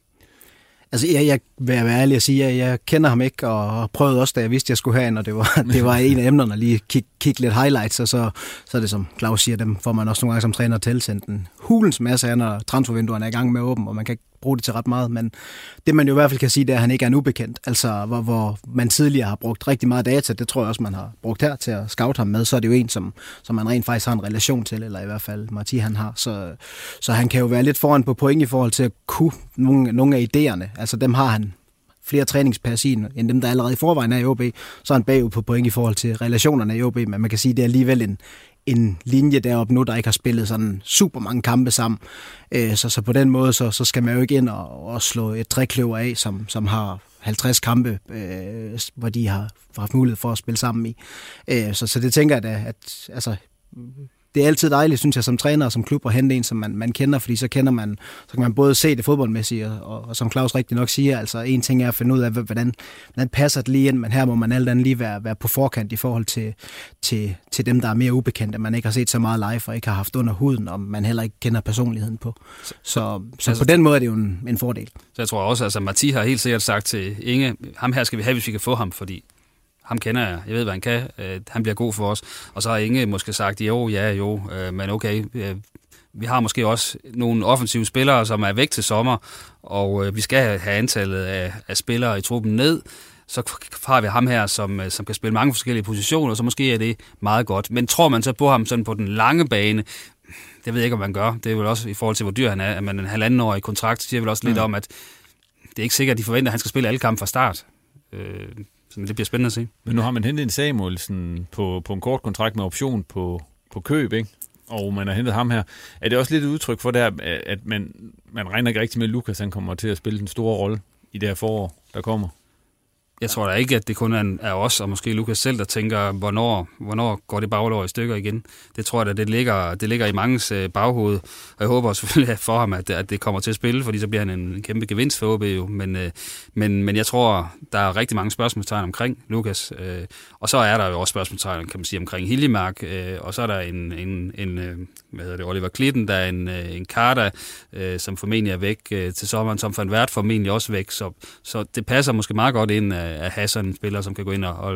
Altså, jeg, jeg vil være ærlig at sige, at jeg kender ham ikke, og prøvede også, da jeg vidste, at jeg skulle herind, og det var, det var en af emnerne, lige kigge kig lidt highlights, og så, så er det, som Claus siger, dem får man også nogle gange som træner tilsendt en hulens masse af, når transfervinduerne er i gang med åben, og man kan ikke bruge det til ret meget, men det man jo i hvert fald kan sige, det er, at han ikke er en ubekendt, altså hvor, hvor man tidligere har brugt rigtig meget data, det tror jeg også, man har brugt her til at scoute ham med, så er det jo en, som, som man rent faktisk har en relation til, eller i hvert fald Marti han har, så, så han kan jo være lidt foran på point i forhold til at kunne nogle, nogle af idéerne, altså dem har han flere træningspas i, end dem, der allerede i forvejen er i O B, så er han bagud på point i forhold til relationerne i O B, men man kan sige, det er alligevel en, en linje deroppe nu, der ikke har spillet sådan super mange kampe sammen. Så, så på den måde, så, så skal man jo ikke ind og, og slå et trekløver af, som, som har halvtreds kampe, øh, hvor de har haft mulighed for at spille sammen i. Øh, så, så det tænker jeg da, at altså, det er altid dejligt, synes jeg, som træner og som klub at hente en, som man, man kender, fordi så kender man, så kan man både se det fodboldmæssigt, og, og, og som Claus rigtig nok siger, altså en ting er at finde ud af, hvordan, hvordan passer det lige ind, men her må man alt andet lige være, være på forkant i forhold til, til, til dem, der er mere ubekendte, man ikke har set så meget live, og ikke har haft under huden, og man heller ikke kender personligheden på. Så, så, så altså, på den måde er det jo en, en fordel. Så jeg tror også, altså Marti har helt sikkert sagt til Inge, ham her skal vi have, hvis vi kan få ham, fordi ham kender jeg, jeg ved, hvad han kan, øh, han bliver god for os. Og så har Inge måske sagt, jo, ja, jo, øh, men okay, øh, vi har måske også nogle offensive spillere, som er væk til sommer, og øh, vi skal have antallet af, af spillere i truppen ned. Så har vi ham her, som, som kan spille mange forskellige positioner, så måske er det meget godt. Men tror man så på ham sådan på den lange bane, det ved jeg ikke, om man gør. Det er vel også i forhold til, hvor dyr han er. At man en halvandenårig kontrakt siger vel også lidt mm. om, at det er ikke sikkert, at de forventer, at han skal spille alle kampe fra start. Øh, Så det bliver spændende at se. Men nu har man hentet en Samuelsen på, på en kort kontrakt med option på, på køb, ikke? Og man har hentet ham her. Er det også lidt et udtryk for det her, at man, man regner ikke rigtig med, at Lukas han kommer til at spille den store rolle i det her forår, der kommer? Jeg tror da ikke, at det kun er, er os, og måske Lukas selv, der tænker, hvornår, hvornår går det baglår i stykker igen. Det tror jeg da, det ligger, det ligger i mangens øh, baghoved. Og jeg håber selvfølgelig for ham, at, at det kommer til at spille, fordi så bliver han en kæmpe gevinst for O B jo. Men, øh, men, men jeg tror, der er rigtig mange spørgsmålstegn omkring Lukas. Øh, og så er der jo også spørgsmålstegn, kan man sige, omkring Hiljemark. Øh, og så er der en, en, en hvad hedder det, Oliver Klitten, der er en, en Carter, øh, som formentlig er væk øh, til sommeren, som for en vært formentlig også væk. Så, så det passer måske meget godt ind at have sådan en spiller, som kan gå ind og, og,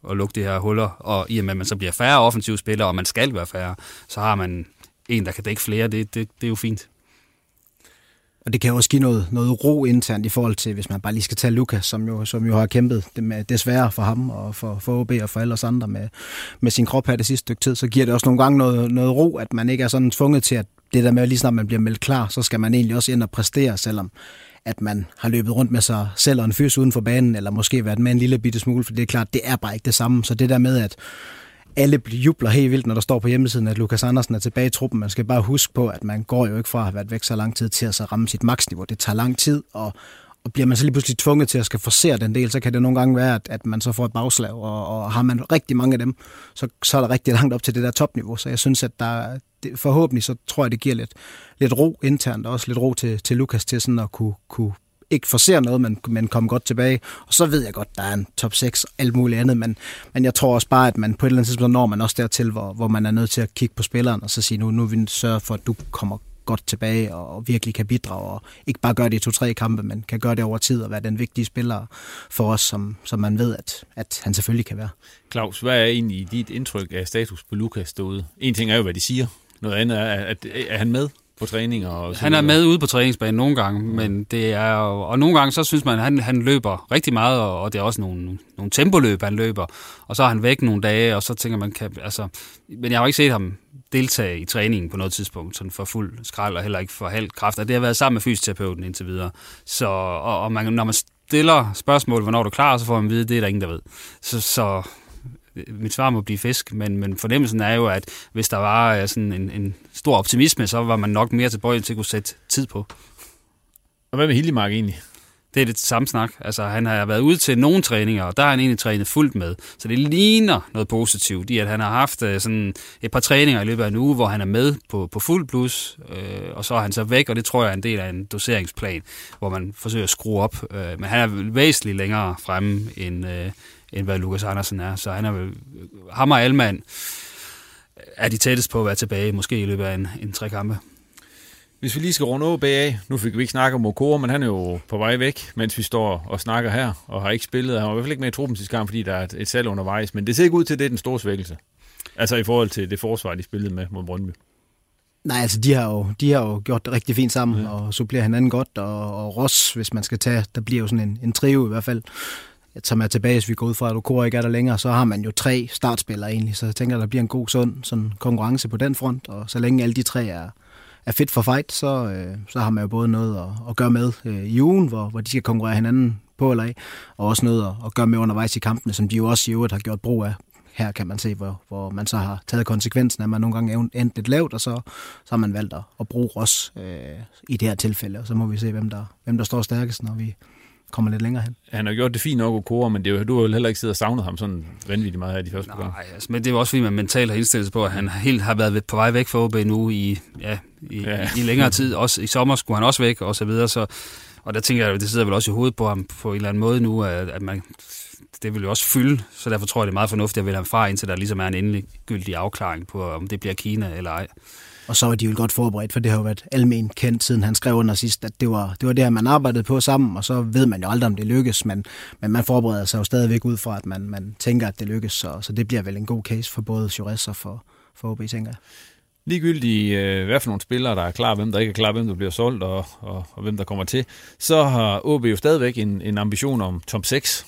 at lukke de her huller, og i og med, at man så bliver færre offensive spillere, og man skal være færre, så har man en, der kan dække flere. Det, det, det er jo fint. Og det kan også give noget, noget ro internt i forhold til, hvis man bare lige skal tage Lukas, som jo, som jo har kæmpet det med, desværre for ham og for, for O B og for alle os andre med, med sin krop her det sidste stykke tid, så giver det også nogle gange noget, noget ro, at man ikke er sådan tvunget til, at det der med, lige snart man bliver meldt klar, så skal man egentlig også ind og præstere, selvom at man har løbet rundt med sig selv og en fys uden for banen, eller måske været med en lille bitte smule, for det er klart, det er bare ikke det samme. Så det der med, at alle jubler helt vildt, når der står på hjemmesiden, at Lukas Andersen er tilbage i truppen. Man skal bare huske på, at man går jo ikke fra at have været væk så lang tid til at så ramme sit maksniveau. Det tager lang tid, og, og bliver man så lige pludselig tvunget til at skal forsere den del, så kan det nogle gange være, at, at man så får et bagslag, og, og har man rigtig mange af dem, så, så er der rigtig langt op til det der topniveau. Så jeg synes, at der det, forhåbentlig, så tror jeg, det giver lidt, lidt ro internt, og også lidt ro til, til Lukas til sådan at kunne, kunne ikke forser noget, men, men komme godt tilbage. Og så ved jeg godt, der er en top seks og alt muligt andet, men, men jeg tror også bare, at man på et eller andet tidspunkt når man også dertil, hvor, hvor man er nødt til at kigge på spilleren og så sige, nu, nu vil vi sørge for, at du kommer godt tilbage og, og virkelig kan bidrage, og ikke bare gøre det i to-tre kampe, men kan gøre det over tid og være den vigtige spiller for os, som, som man ved, at, at han selvfølgelig kan være. Claus, hvad er egentlig dit indtryk af status på Lukas derude? En ting er jo, hvad de siger. Noget andet er, at, er han med på træninger? Og han er med ude på træningsbanen nogle gange, men det er og nogle gange så synes man, at han, han løber rigtig meget, og det er også nogle, nogle tempoløb, han løber, og så er han væk nogle dage, og så tænker man, kan, altså, men jeg har jo ikke set ham deltage i træningen på noget tidspunkt, sådan for fuld skrald, og heller ikke for halv kraft, og det har været sammen med fysioterapeuten indtil videre. Så, og, og man, når man stiller spørgsmål, hvornår du er klar, så får man at vide, det er der ingen, der ved. Så, så mit svar må blive fisk, men, men fornemmelsen er jo, at hvis der var sådan en, en stor optimisme, så var man nok mere tilbøjelig til at kunne sætte tid på. Og hvad med Hiljemark egentlig? Det er det samme snak. Altså, han har været ude til nogle træninger, og der har han egentlig trænet fuldt med. Så det ligner noget positivt i, at han har haft sådan et par træninger i løbet af en uge, hvor han er med på, på fuld plus, øh, og så er han så væk, og det tror jeg er en del af en doseringsplan, hvor man forsøger at skrue op. Øh, men han er væsentligt længere fremme end... Øh, end hvad Lukas Andersen er. Så han er vel, ham og Alman er de tættest på at være tilbage, måske i løbet af en, en tre kampe. Hvis vi lige skal runde O B af, nu fik vi ikke snakke om Okoro, men han er jo på vej væk, mens vi står og snakker her, og har ikke spillet. Han var i hvert fald ikke med i truppen sidste gang, fordi der er et, et salg undervejs, men det ser ikke ud til, at det er den store svækkelse. Altså i forhold til det forsvar, de spillede med mod Brøndby. Nej, altså de har jo, de har jo gjort det rigtig fint sammen, ja. Og supplerer hinanden godt, og, og Ross, hvis man skal tage, der bliver jo sådan en, en trio i hvert fald, som er tilbage, hvis vi går ud fra, at Okoro ikke er der længere, så har man jo tre startspillere egentlig, så jeg tænker, at der bliver en god, sund sådan konkurrence på den front, og så længe alle de tre er, er fit for fight, så, øh, så har man jo både noget at, at gøre med øh, i ugen, hvor, hvor de skal konkurrere hinanden på eller af, og også noget at, at gøre med undervejs i kampene, som de jo også i øvrigt har gjort brug af. Her kan man se, hvor, hvor man så har taget konsekvensen af, at man nogle gange er endt lidt lavt, og så, så har man valgt at, at bruge Ross øh, i det her tilfælde, og så må vi se, hvem der, hvem der står stærkest, når vi kommer lidt længere hen. Han har gjort det fint nok, Okoro, men det er jo, du har jo heller ikke siddet og savnet ham sådan vanvittigt meget af de første program. Nej, altså, men det er jo også fordi, man mentalt har indstillet sig på, at han helt har været på vej væk fra O B nu i, ja, i, ja. i, i længere tid. Også i sommer skulle han også væk, og så videre. Så, og der tænker jeg, det sidder vel også i hovedet på ham på en eller anden måde nu, at, at man, det vil jo også fylde, så derfor tror jeg, det er meget fornuftigt at vælge ham fra, indtil der ligesom er en endegyldig afklaring på, om det bliver Kina eller ej. Og så var de jo godt forberedt, for det har jo været almen kendt, siden han skrev under sidst, at det var, det var det her, man arbejdede på sammen, og så ved man jo aldrig, om det lykkes, men, men man forbereder sig jo stadigvæk ud fra, at man, man tænker, at det lykkes, så, så det bliver vel en god case for både Jurez og for, for O B, tænker jeg. Ligegyldigt, øh, hvad for nogle spillere, der er klar, hvem der ikke er klar, hvem der bliver solgt, og, og, og hvem der kommer til, så har O B jo stadigvæk en, en ambition om top seks.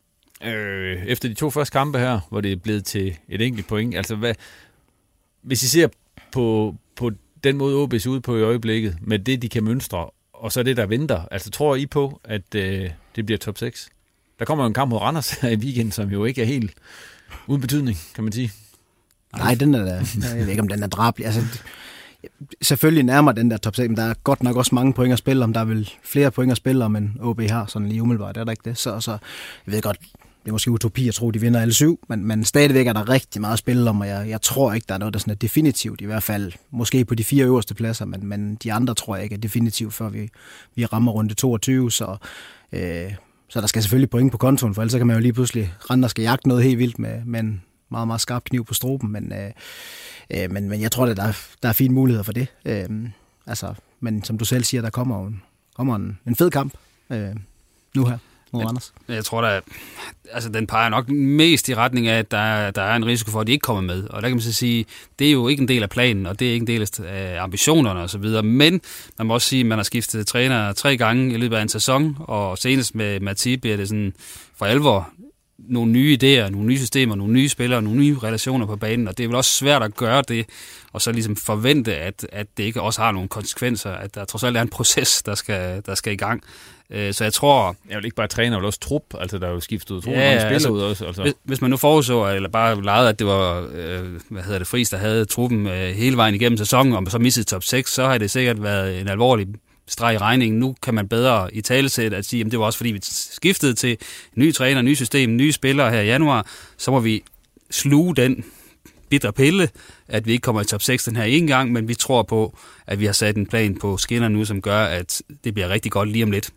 Øh, efter de to første kampe her, hvor det er blevet til et enkelt point, altså hvad, hvis I ser på, på den måde O B ser ud på i øjeblikket, med det, de kan mønstre, og så det, der venter, altså tror I på, at øh, det bliver top seks? Der kommer jo en kamp mod Randers her i weekenden, som jo ikke er helt uden betydning, kan man sige. Nej, den er, jeg ved ikke, om den er drabelig. Altså, selvfølgelig nærmer den der top seks, men der er godt nok også mange point at spille om. Der er vel flere point at spille om, end O B har, sådan lige umiddelbart, er der ikke det? Så, så jeg ved godt, det er måske utopi at tro, de vinder alle syv, men, men stadigvæk er der rigtig meget at spille om, og jeg, jeg tror ikke, der er noget, der sådan er definitivt, i hvert fald måske på de fire øverste pladser, men, men de andre tror jeg ikke er definitivt, før vi, vi rammer runde toogtyve, så, øh, så der skal selvfølgelig point på kontoen, for ellers kan man jo lige pludselig rende og skal jagte noget helt vildt med, med en meget, meget skarp kniv på struben, men, øh, øh, men, men jeg tror, at der er, der er fine muligheder for det. Øh, altså, men som du selv siger, der kommer en, kommer en, en fed kamp øh, nu her. mod Randers? Jeg tror da, altså den peger nok mest i retning af, at der er, der er en risiko for, at de ikke kommer med. Og der kan man så sige, det er jo ikke en del af planen, og det er ikke en del af ambitionerne og så videre. Men man må også sige, at man har skiftet træner tre gange i løbet af en sæson, og senest med Matip bliver det sådan for alvor nogle nye idéer, nogle nye systemer, nogle nye spillere, nogle nye relationer på banen, og det er vel også svært at gøre det, og så ligesom forvente, at, at det ikke også har nogle konsekvenser, at der trods alt er en proces, der skal, der skal i gang. Så jeg tror... Jeg vil ikke bare træne, men også trup, altså der er jo skiftet utrolig ja, mange spillere altså, ud også. Altså. Hvis, hvis man nu forudså, eller bare legede, at det var, øh, hvad hedder det, Friis, der havde truppen øh, hele vejen igennem sæsonen, og så missede top seks, så har det sikkert været en alvorlig streg i regningen. Nu kan man bedre i talesæt at sige, at det var også fordi, vi skiftede til ny træner, ny system, nye spillere her i januar, så må vi sluge den bitre pille, at vi ikke kommer i top seks den her ene gang, men vi tror på, at vi har sat en plan på skinner nu, som gør, at det bliver rigtig godt lige om lidt.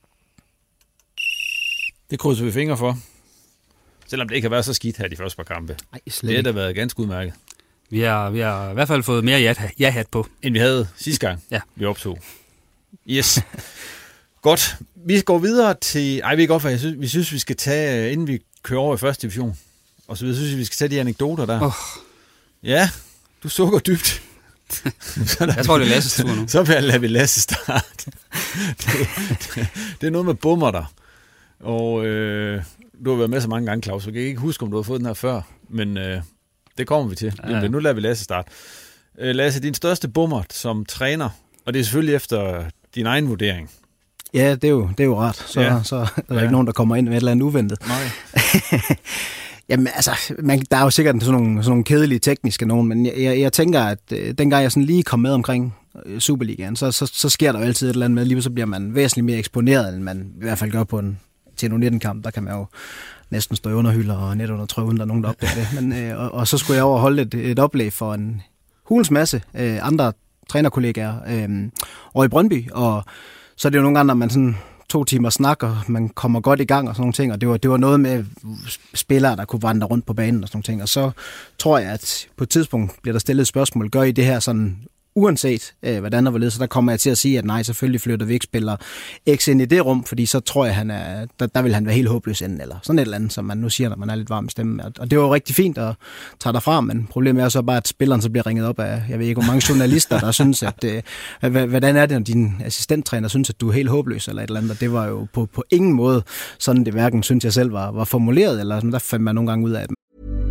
Det krydser vi fingre for. Selvom det ikke har været så skidt her de første par kampe. Ej, slet det har da været ganske udmærket. Vi har, vi har i hvert fald fået mere ja-hat på. End vi havde sidste gang, ja. vi optog. Yes. Godt. Vi går videre til... Ej, vi er godt, for jeg synes, vi synes, vi skal tage, inden vi kører over i første division, og så synes vi, vi skal tage de anekdoter der. Oh. Ja, du sukker dybt. Jeg tror, det er Lasses tur nu. Så vil jeg lade vi Lasse starte. det, det, det er noget med bummer der. Og øh, du har været med så mange gange, Claus, så jeg kan ikke huske, om du har fået den her før, men øh, det kommer vi til. Ja. Men nu lader vi Lasse starte. Øh, Lasse, din største bummer som træner, og det er selvfølgelig efter din egen vurdering. Ja, det er jo, det er jo rart. Så, ja. så er der ja. ikke nogen, der kommer ind med et eller andet uventet. Nej. Jamen altså, man, der er jo sikkert sådan nogle, sådan nogle kedelige tekniske nogen, men jeg, jeg, jeg tænker, at øh, dengang jeg sådan lige kom med omkring øh, Superligaen, så, så, så sker der jo altid et eller andet med, lige så bliver man væsentligt mere eksponeret, end man i hvert fald gør på en T nitten-kamp. Der kan man jo næsten stå i underhylder og net under trøje, uden der er nogen, der opdager det. Men, øh, og, og så skulle jeg over holde et, et oplæg for en hulens masse øh, andre trænerkollegaer øh, over i Brøndby, og så er det jo nogle gange, når man sådan to timer snak, og man kommer godt i gang og sådan nogle ting, og det var, det var noget med spillere, der kunne vandre rundt på banen og sådan nogle ting, og så tror jeg, at på et tidspunkt bliver der stillet et spørgsmål, gør I det her sådan uanset øh, hvordan og hvorledes, så der kommer jeg til at sige, at nej, selvfølgelig flytter vi ikke spiller X ind i det rum, fordi så tror jeg, han er, der, der vil han være helt håbløs inden, eller sådan et eller andet, som man nu siger, når man er lidt varm i stemmen. Og det var jo rigtig fint at tage derfra, men problemet er så bare, at spilleren så bliver ringet op af, jeg ved ikke, hvor mange journalister, der synes, at øh, hvordan er det, når din assistenttræner synes, at du er helt håbløs, eller et eller andet, og det var jo på, på ingen måde sådan, det hverken synes jeg selv var, var formuleret, eller sådan, der fandt man nogle gange ud af det.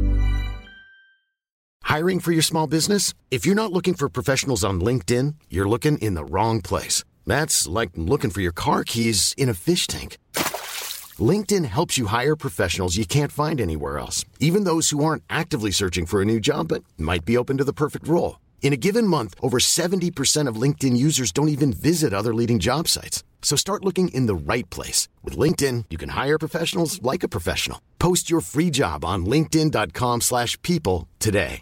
Hiring for your small business? If you're not looking for professionals on LinkedIn, you're looking in the wrong place. That's like looking for your car keys in a fish tank. LinkedIn helps you hire professionals you can't find anywhere else, even those who aren't actively searching for a new job but might be open to the perfect role. In a given month, over seventy percent of LinkedIn users don't even visit other leading job sites. So start looking in the right place. With LinkedIn, you can hire professionals like a professional. Post your free job on linkedin dot com slash people today.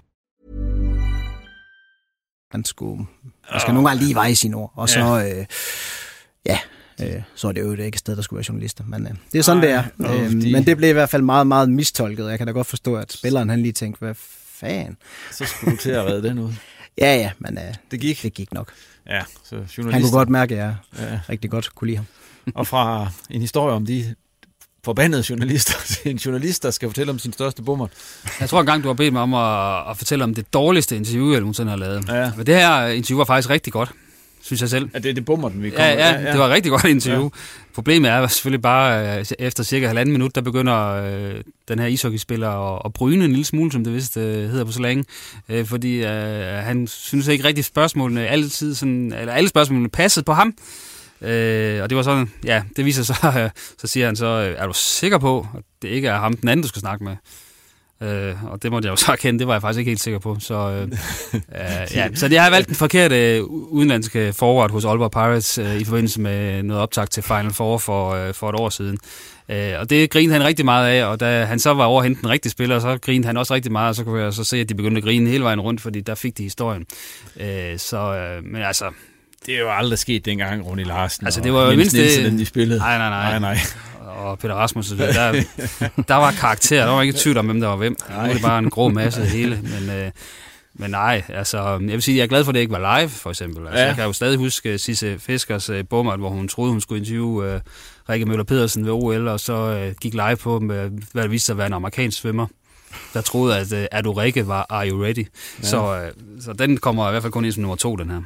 Man skulle, man skal nogle gange lige veje sine ord, og så, ja, øh, ja øh, så er det jo ikke et sted, der skulle være journalister, men øh, det er sådan, Ej, det er. Øh, de... Men det blev i hvert fald meget, meget mistolket. Jeg kan da godt forstå, at spilleren han lige tænkte, hvad fanden? Så skulle du til at redde den ud. Ja, ja, men øh, det gik. Det gik nok. Ja, så journalister... Han kunne godt mærke, at jeg ja. rigtig godt kunne lide ham. Og fra en historie om de forbandede journalister til en journalist, der skal fortælle om sin største bummer. Jeg tror engang, du har bedt mig om at, at fortælle om det dårligste interview, jeg nogensinde har lavet. Ja. Men det her interview var faktisk rigtig godt, synes jeg selv. Ja, det er det bummer, den vi kommer. Ja, ja, ja, det var et rigtig godt interview. Ja. Problemet er selvfølgelig bare, efter cirka halvanden minut, der begynder øh, den her ishockeyspiller at, at bryne en lille smule, som det vist øh, hedder på slang, øh, fordi øh, han synes ikke rigtig spørgsmålene altid sådan, eller alle spørgsmålene passede på ham. Øh, og det var sådan, ja, det viser så, øh, så siger han så, øh, er du sikker på, at det ikke er ham, den anden, du skal snakke med? Øh, og det måtte jeg jo så erkende, det var jeg faktisk ikke helt sikker på. Så, øh, øh, ja. så det har valgt den forkerte udenlandske forward hos Aalborg Pirates øh, i forbindelse med noget optag til Final Four for, øh, for et år siden. Øh, og det grinede han rigtig meget af, og da han så var over at hente den rigtige spiller, så grinede han også rigtig meget, og så kunne jeg så se, at de begyndte at grine hele vejen rundt, fordi der fik de historien. Øh, så, øh, men altså... Det er jo aldrig sket dengang, Ronny Larsen altså, det var jo mindst det, de spillede. Nej, nej, nej. nej, nej. Og Peter Rasmussen, der, der var karakter, der var ikke tvivl om, hvem der var hvem. Nu er det bare en grå masse det hele. Men, øh, Men nej, altså, jeg vil sige, jeg er glad for, at det ikke var live, for eksempel. Altså, ja. Jeg kan jo stadig huske Sisse Fiskers uh, bommert, hvor hun troede, hun skulle interviewe uh, Rikke Møller Pedersen ved O L, og så uh, gik live på med, hvad der viste sig at være en amerikansk svømmer, der troede, at uh, er du Rikke var Are You Ready? Ja. Så, uh, så den kommer i hvert fald kun ind som nummer to, den her.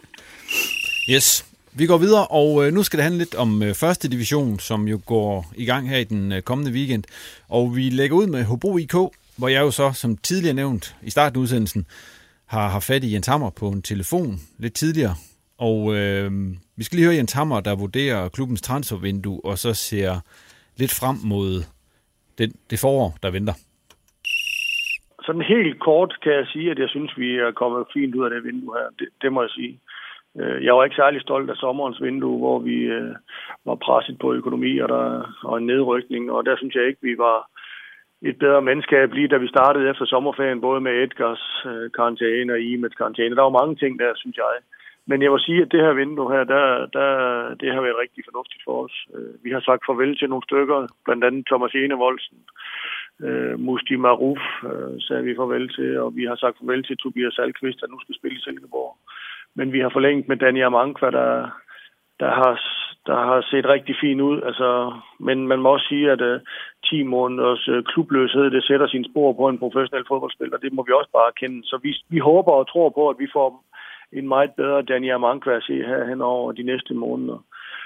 Yes. Vi går videre, og øh, nu skal det handle lidt om øh, første division, som jo går i gang her i den øh, kommende weekend. Og vi lægger ud med Hobro I K, hvor jeg jo så, som tidligere nævnt i starten af udsendelsen, har, har fat i Jens Hammer på en telefon lidt tidligere. Og øh, vi skal lige høre Jens Hammer, der vurderer klubbens transfervindue, og så ser lidt frem mod den, det forår, der venter. Sådan helt kort kan jeg sige, at jeg synes, vi er kommet fint ud af det vindue her. Det, det må jeg sige. Jeg var ikke særlig stolt af sommerens vindue, hvor vi øh, var presset på økonomi og, der, og en nedrykning, og der synes jeg ikke, vi var et bedre mandskab lige da vi startede efter sommerferien, både med Edgars øh, karantæne og Imets karantæne. Der var mange ting der, synes jeg. Men jeg vil sige, at det her vindue her, der, der, det har været rigtig fornuftigt for os. Vi har sagt farvel til nogle stykker, blandt andet Thomas Enevoldsen, øh, Musti Maruf øh, sagde vi farvel til, og vi har sagt farvel til Tobias Alkvist, der nu skal spille i Silkeborg. Men vi har forlænget med Daniel Amankwa, der, der, har, der har set rigtig fint ud. Altså, men man må også sige, at uh, ti måneders uh, klubløshed, det sætter sine spor på en professionel fodboldspiller. Det må vi også bare erkende. Så vi, vi håber og tror på, at vi får en meget bedre Daniel Amankwa at se her hen over de næste måneder.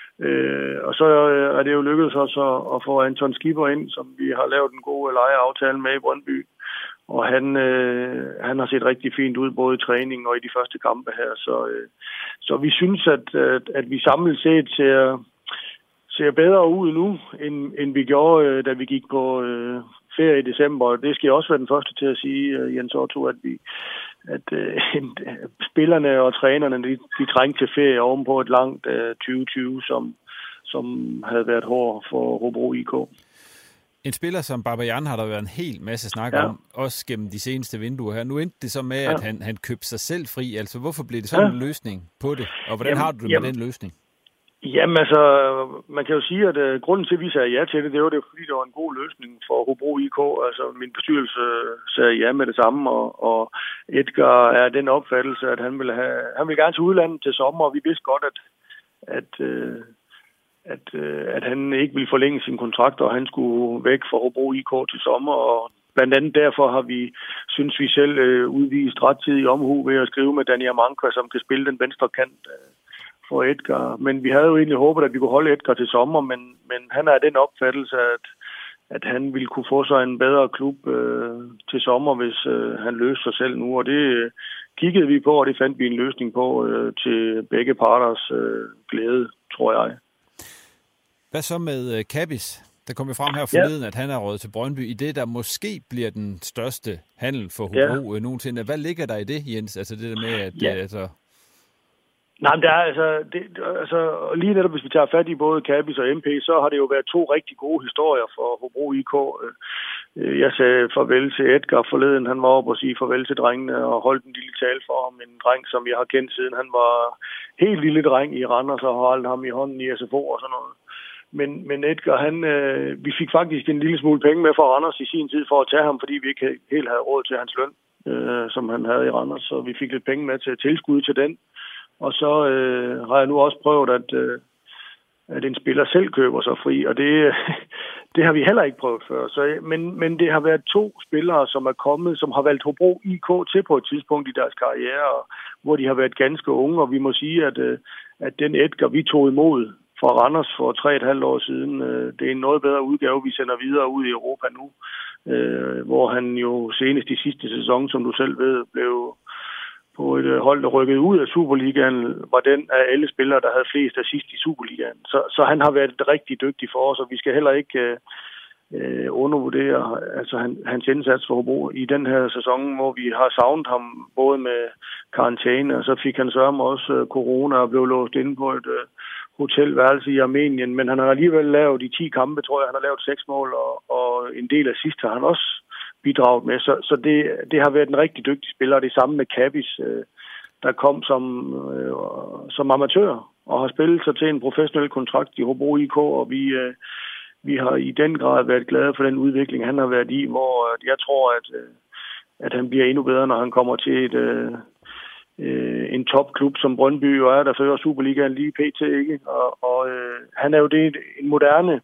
Uh, og så er det jo lykkedes også at, at få Anton Skipper ind, som vi har lavet en god lejeaftale med i Brøndby. Og han, øh, han har set rigtig fint ud, både i træning og i de første kampe her. Så, øh, så vi synes, at, at, at vi samlet set ser, ser bedre ud nu, end, end vi gjorde, øh, da vi gik på øh, ferie i december. Det skal jeg også være den første til at sige, øh, Jens Otto, at, vi, at øh, spillerne og trænerne, de, de trængte til ferie ovenpå et langt øh, tyve tyve, som, som havde været hård for Hobro I K. En spiller som Babajan har der været en hel masse snak ja. om, også gennem de seneste vinduer her. Nu endte det så med, ja. at han, han købte sig selv fri. Altså, hvorfor blev det sådan ja. en løsning på det? Og hvordan jamen, har du det jamen, med den løsning? Jamen altså, man kan jo sige, at uh, grunden til, at vi sagde ja til det, det var det, fordi det var en god løsning for Hobro I K. Altså, min bestyrelse sagde ja med det samme, og, og Edgar er den opfattelse, at han vil, have, han vil gerne til udlandet til sommer, og vi vidste godt, at... at uh, At, øh, at han ikke ville forlænge sin kontrakt, og han skulle væk fra Hobro I K til sommer. Og blandt andet derfor har vi, synes vi selv, øh, udvist rettidig omhu ved at skrive med Daniel Amankwa, som kan spille den venstre kant øh, for Edgar. Men vi havde jo egentlig håbet, at vi kunne holde Edgar til sommer, men, men han er den opfattelse, at, at han ville kunne få sig en bedre klub øh, til sommer, hvis øh, han løste sig selv nu. Og det øh, kiggede vi på, og det fandt vi en løsning på øh, til begge parters øh, glæde, tror jeg. Hvad så med uh, Kabis? Der kom jo frem her forleden, ja. at han er råd til Brøndby i det, der måske bliver den største handel for Hobro ja. nogensinde. Hvad ligger der i det, Jens? Altså det der med, at... Ja. Uh, altså... Nej, men der er altså, det, altså... Lige netop, hvis vi tager fat i både Kabis og M P, så har det jo været to rigtig gode historier for Hobro I K. Jeg sagde farvel til Edgar forleden. Han var oppe og sige farvel til drengene og holdt en lille tale for ham. En dreng, som jeg har kendt siden han var helt lille dreng i Randers og har holdt ham i hånden i S F O og sådan noget. Men, men Edgar, han, øh, vi fik faktisk en lille smule penge med fra Randers i sin tid for at tage ham, fordi vi ikke helt havde råd til hans løn, øh, som han havde i Randers. Så vi fik lidt penge med til tilskud til den. Og så øh, har jeg nu også prøvet, at, øh, at en spiller selv køber sig fri, og det, det har vi heller ikke prøvet før. Så, men, men det har været to spillere, som er kommet, som har valgt Hobro I K til på et tidspunkt i deres karriere, hvor de har været ganske unge, og vi må sige, at, øh, at den Edgar, vi tog imod fra Randers for tre og et halvt år siden. Det er en noget bedre udgave, vi sender videre ud i Europa nu, hvor han jo senest i sidste sæson, som du selv ved, blev på et hold, der rykkede ud af Superligaen, var den af alle spillere, der havde flest assist i Superligaen. Så, så han har været rigtig dygtig for os, og vi skal heller ikke øh, undervurdere altså han, hans indsats for Hobro i den her sæson, hvor vi har savnet ham både med karantæne, og så fik han sørme også øh, corona og blev låst inde på et øh, hotelværelse i Armenien, men han har alligevel lavet de ti kampe, tror jeg, han har lavet seks mål, og, og en del af sidst har han også bidraget med, så, så det, det har været en rigtig dygtig spiller, det samme med Kabis, øh, der kom som, øh, som amatør, og har spillet sig til en professionel kontrakt i Hobro I K, og vi, øh, vi har i den grad været glade for den udvikling, han har været i, hvor øh, jeg tror, at, øh, at han bliver endnu bedre, når han kommer til et, øh, øh, en topklub som Brøndby, og er der fører Superligaen lige pt. Ikke? Og, og øh, han er jo det en moderne,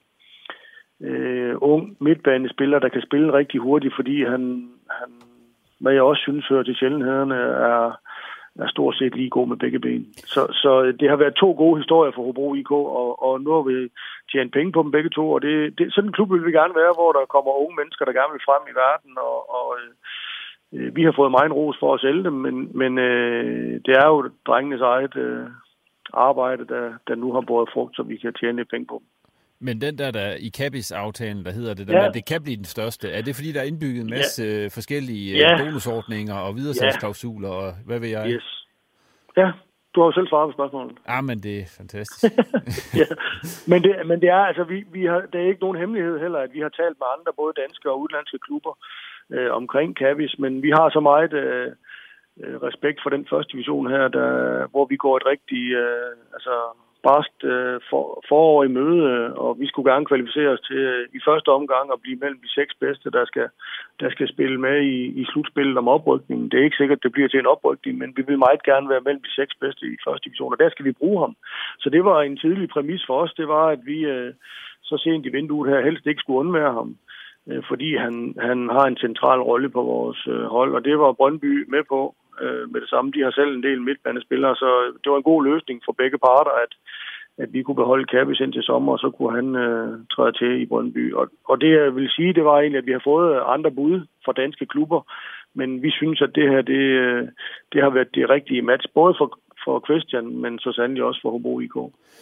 øh, ung midtbanespiller, der kan spille rigtig hurtigt, fordi han, han hvad jeg også synes hører til sjældenhederne, er er stort set lige god med begge ben. Så, så det har været to gode historier for Hobro I K, og, og nu har vi tjent penge på dem begge to, og det, det, sådan en klub vil vi gerne være, hvor der kommer unge mennesker, der gerne vil frem i verden, og, og øh, vi har fået meget en ros for at sælge dem, men, men øh, det er jo drengenes eget øh, arbejde, der, der nu har båret frugt, så vi kan tjene lidt penge på dem. Men den der, der i Cabis-aftalen, der hedder det, der, ja. med, det kan blive den største. Er det fordi, der er indbygget en masse ja. forskellige ja. bonusordninger og videresalgsklausuler, og hvad ved jeg? Yes. Ja, du har jo selv svaret på spørgsmålet. Ja, men det er fantastisk. ja. men, det, men det er altså, vi, vi har, det er ikke nogen hemmelighed heller, at vi har talt med andre, både danske og udenlandske klubber, øh, omkring Cabis, men vi har så meget øh, respekt for den første division her, der, hvor vi går et rigtigt, øh, altså barskt øh, for, forår i møde, og vi skulle gerne kvalificere os til øh, i første omgang at blive mellem de seks bedste, der skal, der skal spille med i, i slutspillet om oprykningen. Det er ikke sikkert, at det bliver til en oprykning, men vi vil meget gerne være mellem de seks bedste i første division, og der skal vi bruge ham. Så det var en tidlig præmis for os, det var, at vi øh, så sent i vinduet her helst ikke skulle undvære ham, øh, fordi han, han har en central rolle på vores øh, hold, og det var Brøndby med på. Med det samme. De har selv en del midtbanespillere, så det var en god løsning for begge parter, at, at vi kunne beholde Cabis ind til sommer, og så kunne han øh, træde til i Brøndby. Og, og det jeg vil sige, det var egentlig, at vi har fået andre bud fra danske klubber, men vi synes, at det her, det, det har været det rigtige match, både for, for Christian, men så sandelig også for Hobro I K.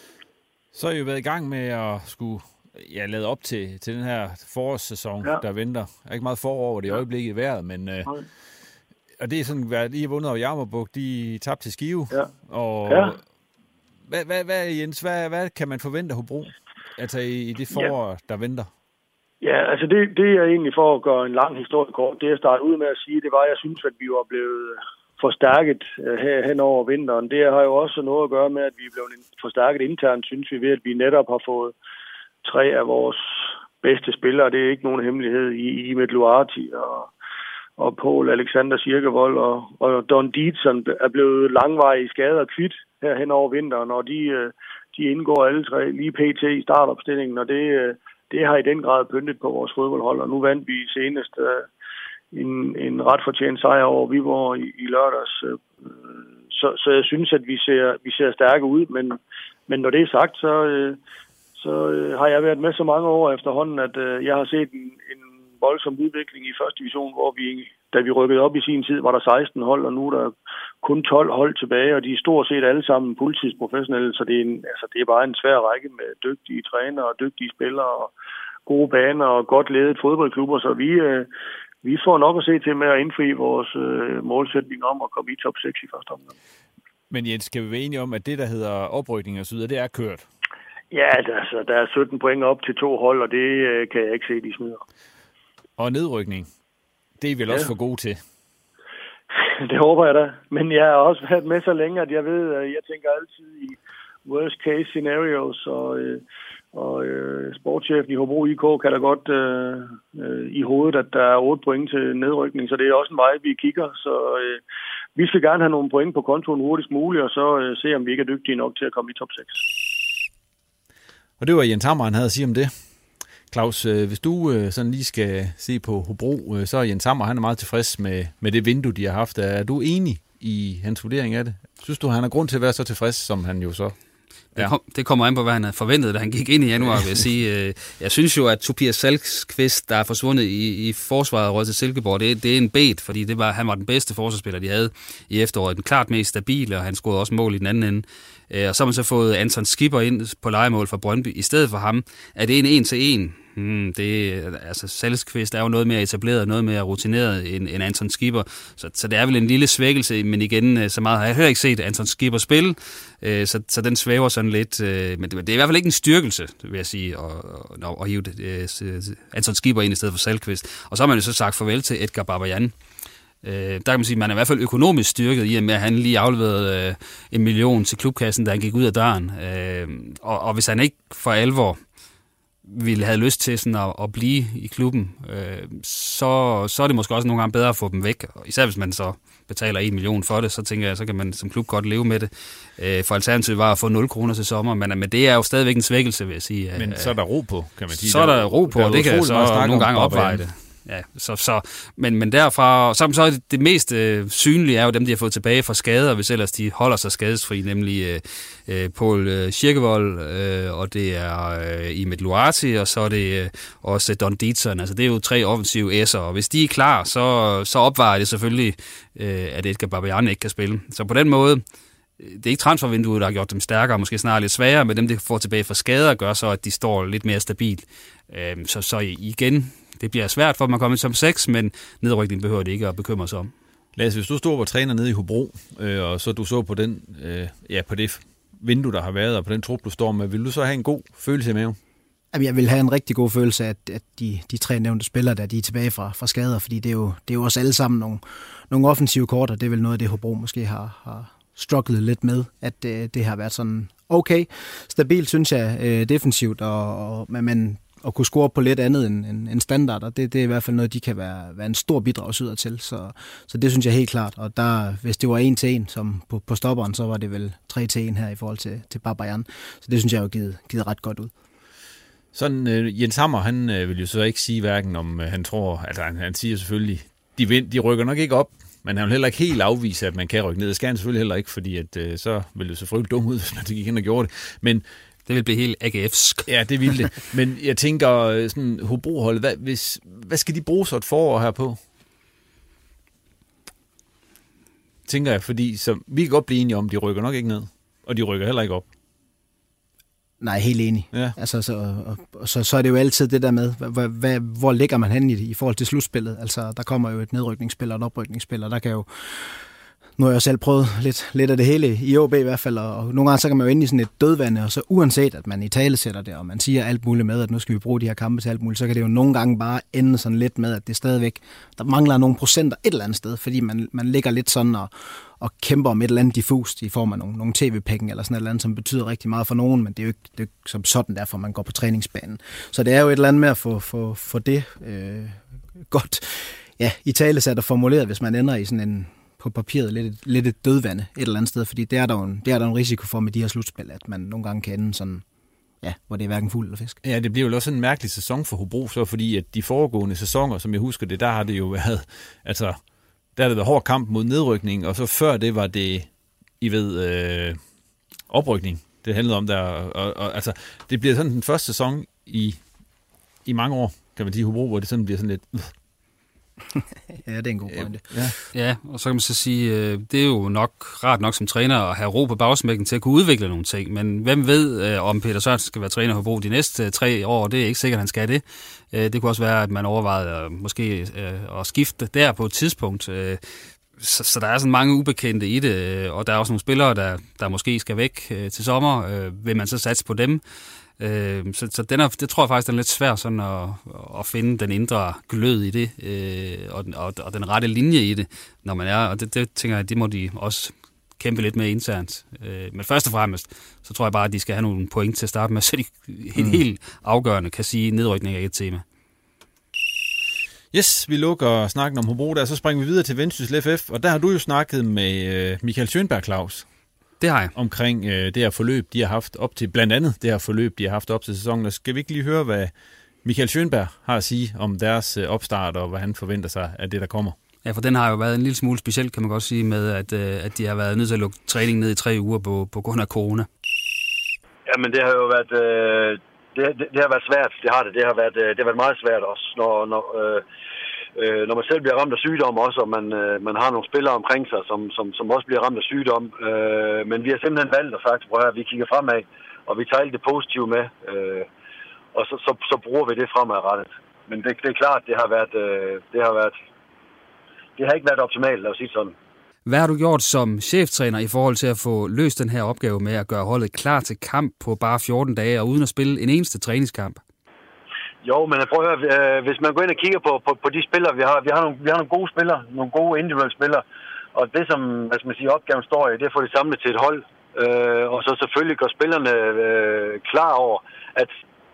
Så har I jo været i gang med at skulle ja, lade op til, til den her forårssæson, ja. der venter. Der er ikke meget forår over det i øjeblikket i vejret, men... Øh, Og det er sådan, hvad lige vundet af Jammerbuk, de tabte til Skive. Ja. Og ja. Hvad, hvad, hvad, Jens, hvad, hvad kan man forvente af Hobro? Altså i, i det forår, ja. der venter? Ja, altså det, det er egentlig for at gøre en lang historie kort. Det jeg startede ud med at sige, det var, at jeg synes, at vi var blevet forstærket her hen over vinteren. Det har jo også noget at gøre med, at vi er blevet forstærket internt, synes vi, ved at vi netop har fået tre af vores bedste spillere. Det er ikke nogen hemmelighed i, i Medluarti og og Paul Alexander Kirkevold og, og Don Dietzson er blevet langvarige skader og kvidt her hen over vinteren, og de, de indgår alle tre lige pt. I startopstillingen, og det, det har i den grad pyntet på vores fodboldhold, og nu vandt vi senest en, en ret fortjent sejr over Viborg i, i lørdags. Så, så jeg synes, at vi ser, vi ser stærke ud, men, men når det er sagt, så, så har jeg været med så mange år efterhånden, at jeg har set en, en voldsom udvikling i første division, hvor vi, da vi rykkede op i sin tid, var der seksten hold, og nu er der kun tolv hold tilbage, og de er stort set alle sammen fuldtidsprofessionelle, så det er, en, altså, det er bare en svær række med dygtige trænere og dygtige spillere og gode baner og godt ledet fodboldklubber, så vi, øh, vi får nok at se til med at indfri vores øh, målsætning om at komme i top seks i første omgang. Men Jens, skal vi være enige om, at det, der hedder oprykning og så videre, det er kørt? Ja, altså, der er sytten point op til to hold, og det øh, kan jeg ikke se, de smider. Og nedrykning, det er vel ja. også for gode til? Det håber jeg da. Men jeg har også været med så længe, at jeg ved, at jeg tænker altid i worst case scenarios, og, og øh, sportschefen i Hobro I K kan da godt øh, øh, i hovedet, at der er otte point til nedrykning, så det er også en vej, vi kigger. Så øh, vi skal gerne have nogle point på kontoen hurtigst muligt, og så øh, se, om vi ikke er dygtige nok til at komme i top seks. Og det var Jens Hammer, han havde at sige om det. Claus, hvis du sådan lige skal se på Hobro, så er Jens Hammer, han er meget tilfreds med, med det vindue, de har haft. Er du enig i hans vurdering af det? Synes du, han har grund til at være så tilfreds, som han jo så Ja. Det, kom, det kommer an på, hvad han havde forventet, da han gik ind i januar, vil jeg sige. Jeg synes jo, at Tobias Salkvist, der er forsvundet i, i forsvaret og rød til Silkeborg, det, det er en bet, fordi det var, han var den bedste forsvarsspiller, de havde i efteråret. Den klart mest stabile, og han scorede også mål i den anden ende. Og så har man så fået Anton Skipper ind på lejemål for Brøndby. I stedet for ham er det en en-til-en. Hmm, det, altså Salkvist er jo noget mere etableret, noget mere rutineret end, end Anton Skipper, så, så det er vel en lille svækkelse, men igen, så meget har jeg heller ikke set Anton Skipper spille, øh, så, så den svæver sådan lidt, øh, men det, det er i hvert fald ikke en styrkelse, vil jeg sige, at, at, at hive øh, Anton Skipper ind i stedet for Salkvist. Og så har man jo så sagt farvel til Edgar Babayan. Øh, der kan man sige, at man er i hvert fald økonomisk styrket i og med, at han lige afleverede øh, en million til klubkassen, da han gik ud af døren, øh, og, og hvis han ikke for alvor ville have lyst til sådan at, at blive i klubben, øh, så, så er det måske også nogle gange bedre at få dem væk. Og især hvis man så betaler en million for det, så tænker jeg, så kan man som klub godt leve med det. Øh, for alternativet var at få nul kroner til sommer, men, men det er jo stadigvæk en svækkelse, vil jeg sige. Men så er der ro på, kan man sige. Så er der ro på, og det kan så nogle gange opveje det. Ja, så, så, men, men derfra, så, så er det, det mest øh, synlige er jo dem, de har fået tilbage fra skader, hvis ellers de holder sig skadesfri, nemlig øh, Paul øh, Schirkevold, øh, og det er øh, Imad Louati, og så er det øh, også Don Dietzson. Altså det er jo tre offensive S'er, og hvis de er klar, så, så opvejer det selvfølgelig, øh, at Edgar Babayan ikke kan spille. Så på den måde, det er ikke transfervinduet, der har gjort dem stærkere, måske snarere lidt sværere, men dem, de får tilbage fra skader, gør så, at de står lidt mere stabilt. Øh, så, så igen... Det bliver svært for, at man kommer som seks, men nedrykning behøver det ikke at bekymre sig om. Lasse, hvis du stod og var træner nede i Hobro, øh, og så du så på, den, øh, ja, på det vindue, der har været, og på den trup, du står med, vil du så have en god følelse i maven? Jamen, jeg vil have en rigtig god følelse af, at, at de, de tre nævnte spillere, der de er tilbage fra, fra skader, fordi det er, jo, det er jo også alle sammen nogle, nogle offensive kort, og det er vel noget af det, Hobro måske har, har strugglet lidt med, at øh, det har været sådan okay, stabilt, synes jeg, øh, defensivt, og, og men at kunne score på lidt andet end, end, end standard, og det, det er i hvert fald noget, de kan være, være en stor bidragsyder til, så, så det synes jeg helt klart, og der, hvis det var en til en som på, på stopperen, så var det vel tre til en her i forhold til, til Babayan, så det synes jeg jo givet, givet ret godt ud. Sådan, øh, Jens Hammer, han øh, vil jo så ikke sige hverken om, øh, han tror, altså han, han siger selvfølgelig, de, vind, de rykker nok ikke op, men han vil heller ikke helt afvise, at man kan rykke ned. Det skal han selvfølgelig heller ikke, fordi at, øh, så vil det så frygteligt dumt ud, hvis man gik hen og gjorde det, men det vil blive helt A G F'sk. Ja, det vil det. Men jeg tænker, sådan Hobro-holdet, hvad, hvis, hvad skal de bruge så et forår her på? Tænker jeg, fordi så, vi kan godt blive enige om, de rykker nok ikke ned, og de rykker heller ikke op. Nej, helt enig. Ja. Altså, så, og, og så, så er det jo altid det der med, hvad, hvad, hvor ligger man hen i, i forhold til slutspillet? Altså, der kommer jo et nedrykningsspil og et oprykningsspil, og der kan jo... Nu har jeg selv prøvet lidt, lidt af det hele, i O B i hvert fald, og nogle gange så kan man jo ind i sådan et dødvande, og så uanset at man i tale sætter det, og man siger alt muligt med, at nu skal vi bruge de her kampe til alt muligt, så kan det jo nogle gange bare ende sådan lidt med, at det stadigvæk, der mangler nogle procenter et eller andet sted, fordi man, man ligger lidt sådan og, og kæmper om et eller andet diffust i form af nogle, nogle tv-penge eller sådan et eller andet, som betyder rigtig meget for nogen, men det er jo ikke, det er ikke som sådan derfor, man går på træningsbanen. Så det er jo et eller andet med at få, få, få det øh, godt ja, i tale sat og formuleret, hvis man ender i sådan en på papiret lidt, lidt et dødvande et eller andet sted, fordi det er der jo en, det er der en risiko for med de her slutspil, at man nogle gange kan ende sådan, ja, hvor det er hverken fugl eller fisk. Ja, det bliver jo også en mærkelig sæson for Hobro, så fordi at de foregående sæsoner, som jeg husker det, der har det jo været, altså, der har det været hård kamp mod nedrykning, og så før det var det, I ved, øh, oprykning, det handlede om der, og, og altså, det bliver sådan den første sæson i, i mange år, kan man sige, Hobro, hvor det sådan bliver sådan lidt... Uh, ja, det er en god pointe. Ja. ja, og så kan man så sige, det er jo nok rart nok som træner at have ro på bagsmækken til at kunne udvikle nogle ting, men hvem ved, om Peter Sørensen skal være træner i Hobro de næste tre år, det er ikke sikkert, at han skal det. Det kunne også være, at man overvejede måske at skifte der på et tidspunkt. Så, så der er sådan mange ubekendte i det, og der er også nogle spillere, der, der måske skal væk til sommer. Vil man så satse på dem? Øh, så så den er, det tror jeg faktisk, den er lidt svær sådan at, at finde den indre glød i det, øh, og, og, og den rette linje i det, når man er, og det, det tænker jeg, det må de også kæmpe lidt med internt. Øh, men først og fremmest, så tror jeg bare, at de skal have nogle point til at starte med, så de helt, mm. helt afgørende kan sige, at nedrykning er et tema. Yes, vi lukker snakken om Hobro der, så springer vi videre til Vendsyssel F F, og der har du jo snakket med øh, Michael Schönberg, Claus. Det har jeg. Omkring øh, det her forløb, de har haft op til, blandt andet det her forløb, de har haft op til sæsonen. Og skal vi ikke lige høre, hvad Michael Schönberg har at sige om deres øh, opstart, og hvad han forventer sig af det, der kommer? Ja, for den har jo været en lille smule speciel, kan man godt sige, med at, øh, at de har været nødt til at lukke træning ned i tre uger på, på grund af corona. Jamen, det har jo været, øh, det, det, det har været svært. Det har det. Det har været, øh, det har været meget svært også, når... når øh, Øh, når man selv bliver ramt af sygdom også, og man, øh, man har nogle spillere omkring sig, som, som, som også bliver ramt af sygdom. Øh, men vi har simpelthen valgt at sagt, at vi kigger fremad, og vi tager alt det positive med, øh, og så, så, så bruger vi det fremadrettet. Men det, det er klart, det har været, øh, det har været, det har ikke været optimalt, lad os sige sådan. Hvad har du gjort som cheftræner i forhold til at få løst den her opgave med at gøre holdet klar til kamp på bare fjorten dage, og uden at spille en eneste træningskamp? Jo, men prøv at høre, hvis man går ind og kigger på, på, på de spillere, vi har, vi har, nogle, vi har nogle gode spillere, nogle gode individuelle spillere, og det som, hvad skal man sige, opgaven står i, det er at få det samlet til et hold, øh, og så selvfølgelig gør spillerne øh, klar over, at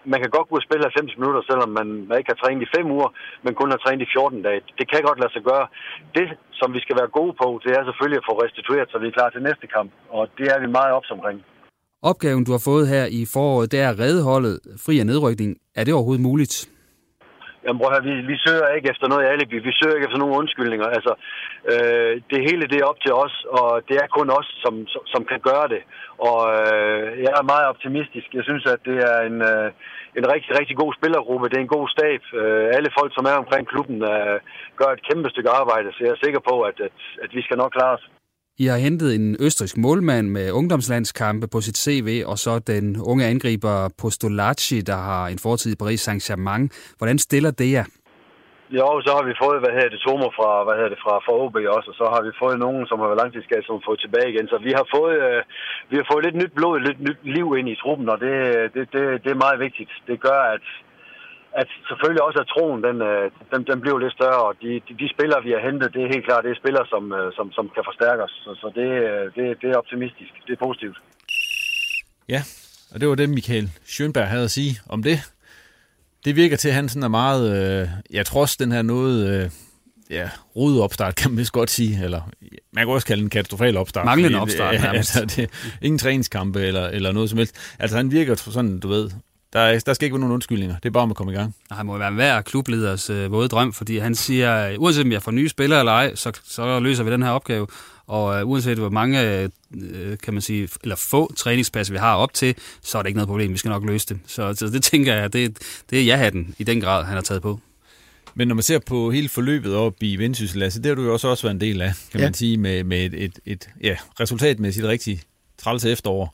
man kan godt gå og spille halvfems minutter, selvom man, man ikke har trænet i fem uger, men kun har trænet i fjorten dage. Det kan godt lade sig gøre. Det, som vi skal være gode på, det er selvfølgelig at få restitueret, så vi er klar til næste kamp, og det er vi meget ops omkring. Opgaven, du har fået her i foråret, det er at redde holdet fri af nedrykning. Er det overhovedet muligt? Jamen bror, vi, vi søger ikke efter noget alibi, vi søger ikke efter nogen undskyldninger. Altså, øh, det hele det er op til os, og det er kun os, som, som, som kan gøre det. Og øh, jeg er meget optimistisk. Jeg synes, at det er en, øh, en rigtig, rigtig god spillergruppe. Det er en god stab. Øh, alle folk, som er omkring klubben, øh, gør et kæmpe stykke arbejde, så jeg er sikker på, at, at, at vi skal nok klare os. I har hentet en østrigsk målmand med ungdomslandskampe på sit C V, og så den unge angriber Postolacci, der har en fortid i Paris Saint-Germain. Hvordan stiller det jer? Jo, så har vi fået, hvad hedder det, Tomer fra, hvad hedder det, fra, fra O B også, og så har vi fået nogen, som har været langtidsskadet, som har fået tilbage igen. Så vi har fået, øh, vi har fået lidt nyt blod, lidt nyt liv ind i truppen, og det, det, det, det er meget vigtigt. Det gør, at at selvfølgelig også at troen, den, den, den bliver lidt større, og de, de, de spillere, vi har hentet, det er helt klart, det er spillere, som, som, som kan forstærke os. Så, så det, det, det er optimistisk. Det er positivt. Ja, og det var det, Michael Schönberg havde at sige om det. Det virker til, at han sådan er meget, øh, ja, trods den her noget, øh, ja, rodet opstart, kan man vist godt sige, eller man kan også kalde en katastrofal opstart. Manglende opstart, ja, altså, det, ingen træningskampe eller, eller noget som helst. Altså han virker sådan, du ved, Der, der skal ikke være nogen undskyldninger. Det er bare om at komme i gang. Han må være hver klubleders øh, våde drøm, fordi han siger, uanset om jeg får nye spillere eller ej, så, så løser vi den her opgave. Og øh, uanset hvor mange, øh, kan man sige, eller få træningspladser vi har op til, så er det ikke noget problem. Vi skal nok løse det. Så, så det tænker jeg, det, det er ja-hatten i den grad, han har taget på. Men når man ser på hele forløbet op i Vendsyssel, altså, det har du jo også, også været en del af, kan ja. man sige, med, med et, et, et ja, resultatmæssigt rigtig træls efterår.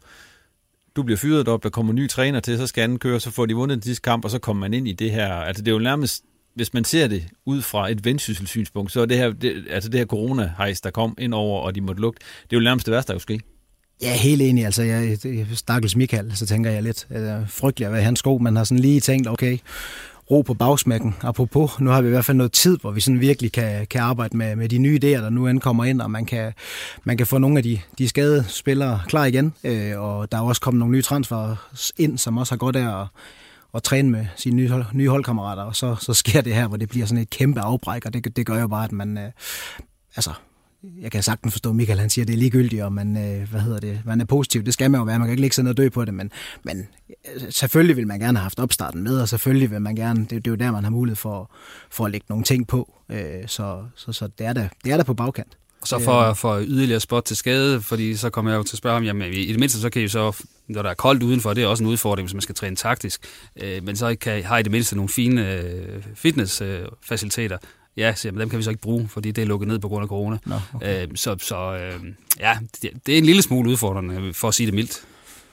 Du bliver fyret op, der kommer nye træner til, så skal anden køre, så får de vundet den sidste kamp, og så kommer man ind i det her. Altså det er jo nærmest, hvis man ser det ud fra et Vendsyssel-synspunkt, så er det her, det, altså det her corona-hejs, der kom ind over, og de måtte lukke, det er jo nærmest det værste, der kunne ske. Ja, helt enig. Altså, jeg, stakkels Michael, så tænker jeg lidt, altså, frygteligt at være i hans sko. Man har sådan lige tænkt, okay, ro på bagsmækken. Apropos, nu har vi i hvert fald noget tid, hvor vi sådan virkelig kan, kan arbejde med, med de nye idéer, der nu ankommer ind, og man kan, man kan få nogle af de, de skadede spillere klar igen. Øh, og der er også kommet nogle nye transfers ind, som også har godt af at, at træne med sine nye, hold, nye holdkammerater, og så, så sker det her, hvor det bliver sådan et kæmpe afbræk, og det, det gør jo bare, at man, øh, altså, jeg kan sagtens forstå, at Michael han siger, at det er ligegyldigt, og man, øh, hvad hedder det, man er positiv. Det skal man jo være, man kan ikke ligge sådan og dø på det, men, men selvfølgelig vil man gerne have haft opstarten med, og selvfølgelig vil man gerne, det, det er jo der, man har mulighed for, for at lægge nogle ting på, øh, så, så, så det er der, det er der på bagkant. Og så for, for yderligere spot til skade, fordi så kommer jeg jo til at spørge ham, jamen i det mindste så kan I så, når der er koldt udenfor, det er også en udfordring, hvis man skal træne taktisk, øh, men så kan, har I det mindste nogle fine øh, fitnessfaciliteter. Øh, Ja, men dem kan vi så ikke bruge, fordi det er lukket ned på grund af corona. Nå, okay. øh, så så øh, ja, det, det er en lille smule udfordrende, for at sige det mildt.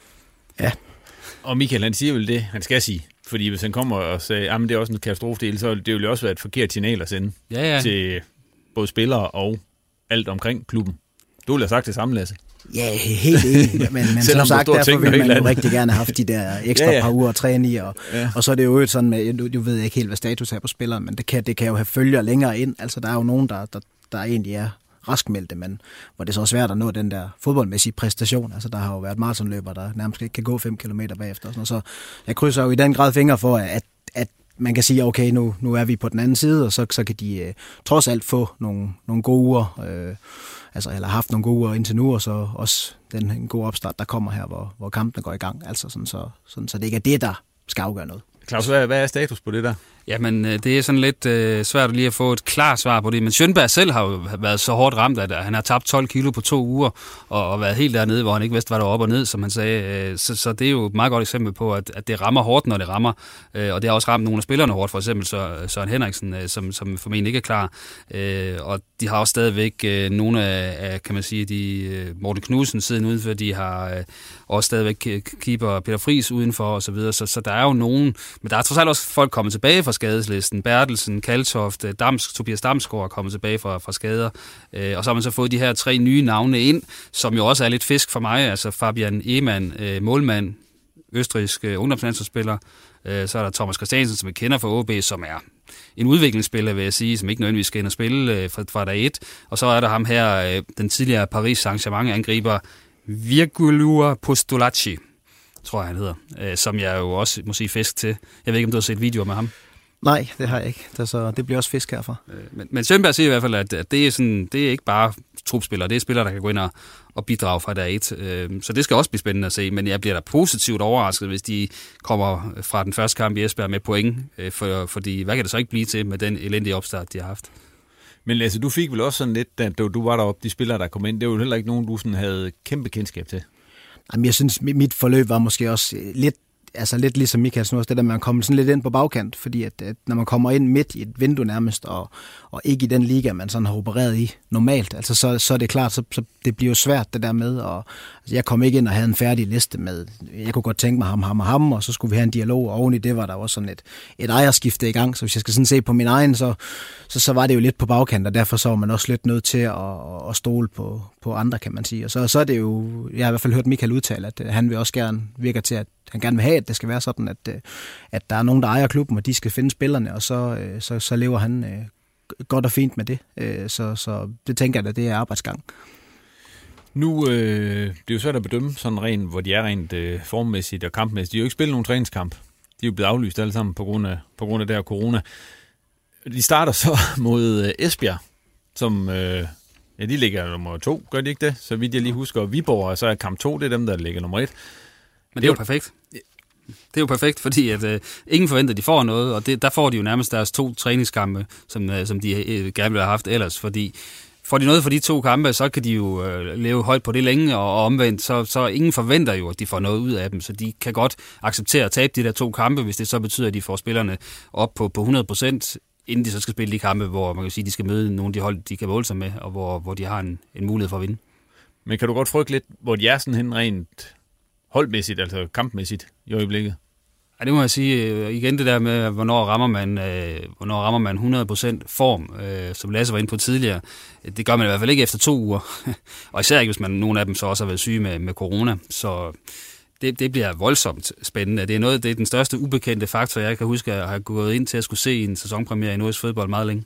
Ja. Og Michael, han siger vel det, han skal sige. Fordi hvis han kommer og siger, at det er også en katastrofedel, så det vil jo også være et forkert signal at sende ja, ja. til både spillere og alt omkring klubben. Du ville have sagt det samme, Lasse. Ja, helt enig. Men, men som sagt, derfor vil man jo rigtig gerne have haft de der ekstra ja, ja. par uger at træne i. Og, ja. og så er det jo sådan med, du, du ved ikke helt, hvad status er på spilleren, men det kan, det kan jo have følger længere ind. Altså, der er jo nogen, der, der, der egentlig er raskmeldte, men hvor det er så svært at nå den der fodboldmæssige præstation. Altså, der har jo været maratonløber, der nærmest ikke kan gå fem kilometer bagefter. Og sådan. Så jeg krydser jo i den grad fingre for, at, at man kan sige, okay, nu, nu er vi på den anden side, og så, så kan de øh, trods alt få nogle, nogle gode uger, øh, altså, eller haft nogle gode uger indtil nu, og så også den en god opstart, der kommer her, hvor, hvor kampene går i gang. Altså sådan, så, sådan, så det ikke er det, der skal afgøre noget. Claus, hvad, hvad er status på det der? Jamen, det er sådan lidt øh, svært lige at få et klart svar på det, men Schönberg selv har jo været så hårdt ramt, at han har tabt tolv kilo på to uger, og, og været helt dernede, hvor han ikke vidste, hvad der var op og ned, som han sagde. Så, så det er jo et meget godt eksempel på, at, at det rammer hårdt, når det rammer, øh, og det har også ramt nogle af spillerne hårdt, for eksempel Søren Henriksen, øh, som, som formentlig ikke er klar, øh, og de har også stadigvæk øh, nogle af, af, kan man sige, de øh, Morten Knudsen siden udenfor, de har øh, også stadigvæk keeper Peter Friis udenfor, og så videre, så, så der er jo nogen, men der er trods alt også folk kommet tilbage fra skadeslisten. Bertelsen, Kaltoft, Dams, Tobias Damsgaard er kommet tilbage fra, fra skader. Øh, og så har man så fået de her tre nye navne ind, som jo også er lidt fisk for mig. Altså Fabian Ehmann, øh, målmand, østrigsk øh, ungdomslandsholdsspiller. Øh, så er der Thomas Christiansen, som vi kender fra O B, som er en udviklingsspiller, vil jeg sige, som ikke nødvendigvis skal ind og spille øh, fra, fra dag et. Og så er der ham her, øh, den tidligere Paris Saint-Germain-angriber, Virgulur Postolacci. tror jeg han hedder, øh, som jeg jo også må sige fisk til. Jeg ved ikke, om du har set videoer med ham? Nej, det har jeg ikke. Det, så, det bliver også fisk herfra. Men, men Schönberg siger i hvert fald, at, at det, er sådan, det er ikke bare trupspillere, det er spillere, der kan gå ind og, og bidrage fra dag et. Så det skal også blive spændende at se, men jeg bliver da positivt overrasket, hvis de kommer fra den første kamp i Esbjerg med point, for, fordi hvad kan det så ikke blive til med den elendige opstart, de har haft? Men Lasse, du fik vel også sådan lidt, da du var deroppe, de spillere, der kom ind, det var jo heller ikke nogen, du sådan havde kæmpe kendskab til? Jamen, jeg synes, mit forløb var måske også lidt altså lidt ligesom Michaels nu også, det der med at komme sådan lidt ind på bagkant, fordi at, at når man kommer ind midt i et vindue nærmest, og, og ikke i den liga, man sådan har opereret i normalt, altså så, så er det klart, så, så det bliver jo svært det der med, og altså jeg kom ikke ind og havde en færdig liste med, jeg kunne godt tænke mig ham, ham og ham, og så skulle vi have en dialog, og oven i det var der også sådan et, et ejerskifte i gang, så hvis jeg skal sådan se på min egen, så, så, så var det jo lidt på bagkant, og derfor så var man også lidt nødt til at, at stole på, på andre, kan man sige, og så, så er det jo, jeg har i hvert fald hørt Michael udtale, at han vil også gerne virke til, at han gerne vil have, at det skal være sådan, at, at der er nogen, der ejer klubben, og de skal finde spillerne, og så, så, så lever han øh, godt og fint med det. Så, så det tænker jeg, at det er arbejdsgang. Nu øh, det er jo svært at bedømme sådan rent, hvor de er rent øh, formmæssigt og kampmæssigt. De har jo ikke spillet nogen træningskamp. De er jo blevet aflyst alle sammen på grund af, på grund af det her corona. De starter så mod øh, Esbjerg, som øh, ja, de ligger nummer to, gør de ikke det? Så vidt jeg lige husker. Viborg, og så er kamp to, det er dem, der ligger nummer et. Men det er jo perfekt. Det er jo perfekt, fordi at, øh, ingen forventer, at de får noget, og det, der får de jo nærmest deres to træningskampe, som, øh, som de øh, gerne ville have haft ellers, fordi får de noget for de to kampe, så kan de jo øh, leve højt på det længe, og, og omvendt, så, så ingen forventer jo, at de får noget ud af dem, så de kan godt acceptere at tabe de der to kampe, hvis det så betyder, at de får spillerne op på, på hundrede procent, inden de så skal spille de kampe, hvor man kan sige, at de skal møde nogle af de hold, de kan måle sig med, og hvor, hvor de har en, en mulighed for at vinde. Men kan du godt frygte lidt, hvor de er sådan hen rent holdmæssigt, altså kampmæssigt i øjeblikket? Ja, det må jeg sige. Igen det der med, hvornår rammer man, øh, hvornår rammer man hundrede procent form, øh, som Lasse var inde på tidligere. Det gør man i hvert fald ikke efter to uger. Og især ikke, hvis man, nogle af dem så også har været syge med, med corona. Så det, det bliver voldsomt spændende. Det er noget, det er den største ubekendte faktor, jeg kan huske at have gået ind til at skulle se en sæsonpremiere i nordisk fodbold meget længe.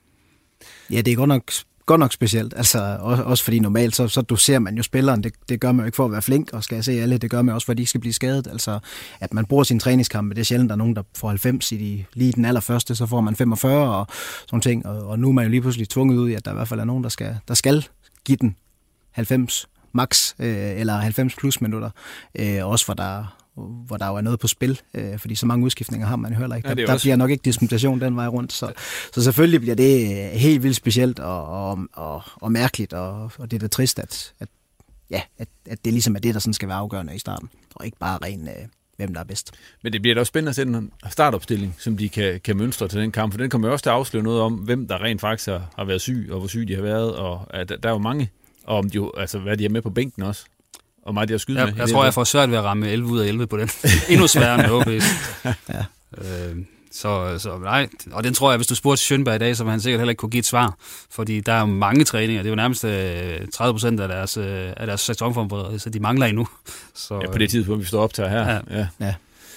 Ja, det er godt nok godt nok specielt, altså også, også fordi normalt, så, så doserer man jo spilleren, det, det gør man jo ikke for at være flink, og skal jeg se alle, det gør man også, for at de ikke skal blive skadet, altså at man bruger sine træningskampe, det er sjældent, der er nogen, der får halvfems i de, lige den allerførste, så får man femogfyrre og sådan ting, og, og nu er man jo lige pludselig tvunget ud i, at der i hvert fald er nogen, der skal, der skal give den halvfems max, øh, eller halvfems plus minutter, øh, også for der hvor der jo er noget på spil, øh, fordi så mange udskiftninger har man heller ikke. Der, ja, der også bliver nok ikke dispensation den vej rundt, så, så selvfølgelig bliver det helt vildt specielt og, og, og, og mærkeligt, og, og det er da trist, at, at, ja, at, at det ligesom er det, der sådan skal være afgørende i starten, og ikke bare ren, øh, hvem der er bedst. Men det bliver da også spændende at sætte en startopstilling, som de kan, kan mønstre til den kamp, for den kommer jo også til at afsløre noget om, hvem der rent faktisk har, har været syg, og hvor syg de har været, og at der er jo mange, og om de jo, altså, hvad de er med på bænken også. Og meget de har skyde ja, med. Jeg tror, jeg får svært ved at ramme elleve ud af elleve på den. Endnu sværere med O B's. Ja. Øh, så, så nej, og den tror jeg, hvis du spurgte Schönberg i dag, så vil han sikkert heller ikke kunne give et svar. Fordi der er jo mange træninger. Det er jo nærmest tredive procent af deres, af deres sæsonforberedelse, så de mangler endnu. Så, ja, på det tidspunkt, vi står op til her. Ja. Ja. Ja.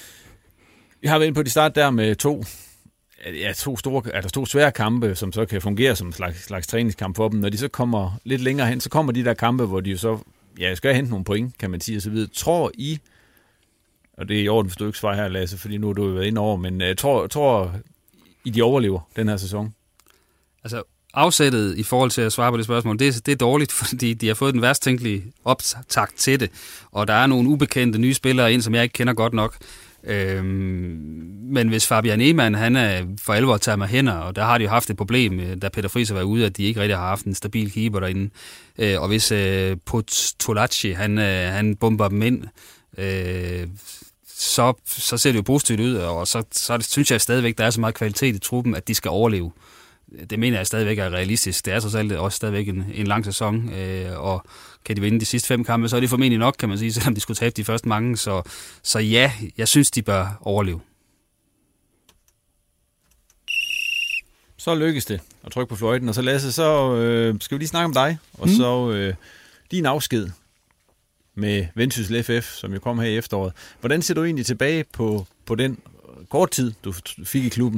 Vi har været inde på de start der med to, ja, to, store, altså to svære kampe, som så kan fungere som en slags, slags træningskamp for dem. Når de så kommer lidt længere hen, så kommer de der kampe, hvor de jo så ja, jeg skal hente nogle point, kan man sige, og så videre. Tror I, og det er i orden, hvis du ikke svarer her, Lasse, fordi nu har du jo været inde over, men jeg tror, tror I, de overlever den her sæson? Altså, afsættet i forhold til at svare på det spørgsmål, det, det er dårligt, fordi de har fået den værst tænkelige optakt til det, og der er nogle ubekendte nye spillere ind, som jeg ikke kender godt nok. Øhm, men hvis Fabian Ehmann, han er for alvor tager med hænder, og der har de jo haft et problem, da Peter Friis har været ude, at de ikke rigtig har haft en stabil keeper derinde. Øh, og hvis øh, Potolacci, han, øh, han bomber dem ind, øh, så, så ser det jo positivt ud, og så, så synes jeg stadigvæk, der er så meget kvalitet i truppen, at de skal overleve. Det mener jeg stadigvæk er realistisk. Det er så alt også stadigvæk en, en lang sæson, øh, og kan de vinde de sidste fem kampe, så er det formentlig nok, kan man sige, selvom de skulle tabe de første mange. Så, så ja, jeg synes, de bør overleve. Så lykkes det at trykke på fløjten, og så Lasse, så øh, skal vi lige snakke om dig, og mm. så øh, din afsked med Vendsyssel F F, som jo kom her i efteråret. Hvordan ser du egentlig tilbage på, på den kort tid, du fik i klubben?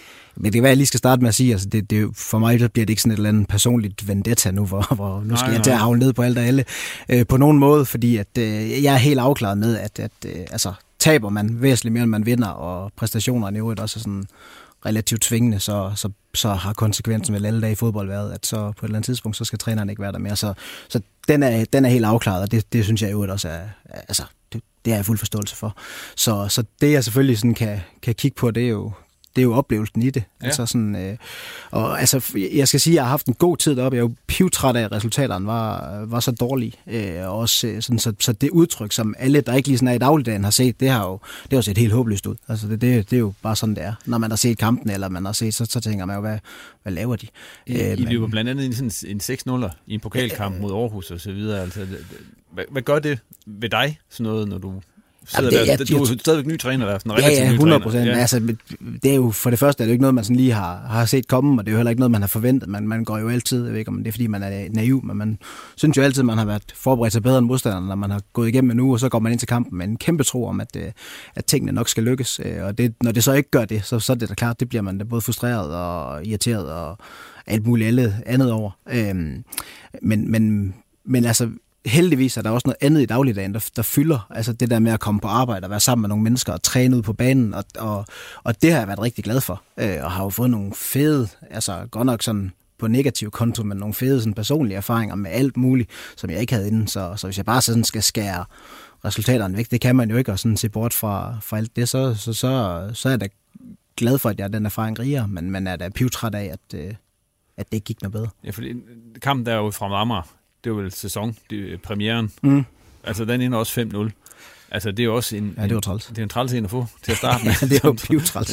Men det kan være, at jeg lige skal starte med at sige, altså det, det, for mig så bliver det ikke sådan et eller andet personligt vendetta nu, hvor, hvor nu skal nej, jeg til at havle ned på alt og alle øh, på nogen måde, fordi at, øh, jeg er helt afklaret med, at, at øh, altså, taber man væsentligt mere, end man vinder, og præstationerne i øvrigt også er sådan relativt tvingende, så, så, så har konsekvensen vel alle dage i fodbold været, at så på et eller andet tidspunkt, så skal træneren ikke være der mere. Så, så den, er, den er helt afklaret, og det, det synes jeg i øvrigt også er, altså, det, det er jeg fuld forståelse for. Så, så det jeg selvfølgelig sådan kan, kan kigge på, det er jo det er jo oplevelsen i det. Ja. Altså sådan, øh, og altså, jeg skal sige, at jeg har haft en god tid deroppe. Jeg er jo pivtræt af, at resultaterne var, var så dårlige. Øh, og også, sådan, så, så det udtryk, som alle, der ikke lige sådan er i dagligdagen, har set, det har jo, det har jo set helt håbløst ud. Altså det, det, det er jo bare sådan, det er. Når man har set kampen, eller man har set, så, så tænker man jo, hvad, hvad laver de? I, øh, I løber blandt andet sådan en seks nul i en pokalkamp øh, mod Aarhus og så videre. Altså, hvad, hvad gør det ved dig, sådan noget, når du... Jamen, det, der, du er stadigvæk ny træner der. Sådan ja, ja, hundrede procent. Ja. Altså, det er jo, for det første er det jo ikke noget, man sådan lige har, har set komme, og det er jo heller ikke noget, man har forventet. Man, man går jo altid, jeg ved ikke om det er, fordi man er naiv, men man synes jo altid, man har været forberedt sig bedre end modstanderne, når man har gået igennem en uge, og så går man ind til kampen med en kæmpe tro om, at, at tingene nok skal lykkes. Og det, når det så ikke gør det, så, så er det da klart, det bliver man da både frustreret og irriteret og alt muligt andet over. Øhm, men, men, men altså... Heldigvis er der også noget andet i dagligdagen, der, der fylder. Altså det der med at komme på arbejde og være sammen med nogle mennesker og træne ud på banen. Og, og, og det har jeg været rigtig glad for. Øh, og har jo fået nogle fede, altså godt nok sådan på negativ konto, men nogle fede sådan personlige erfaringer med alt muligt, som jeg ikke havde inden. Så, så hvis jeg bare sådan skal skære resultaterne væk, det kan man jo ikke, og sådan se bort fra, fra alt det, så, så, så, så er jeg da glad for, at jeg er den erfaring riger, men man er da pivtræt af, at, at det ikke gik noget bedre. Ja, fordi kampen der er jo fra Amager. Det er jo vel sæson, det er premieren. Mm. Altså, den ender også fem nul. Altså, det er også en... Ja, det var træls. Det er en træls en at få til at starte med. Ja, det er jo pivtræls.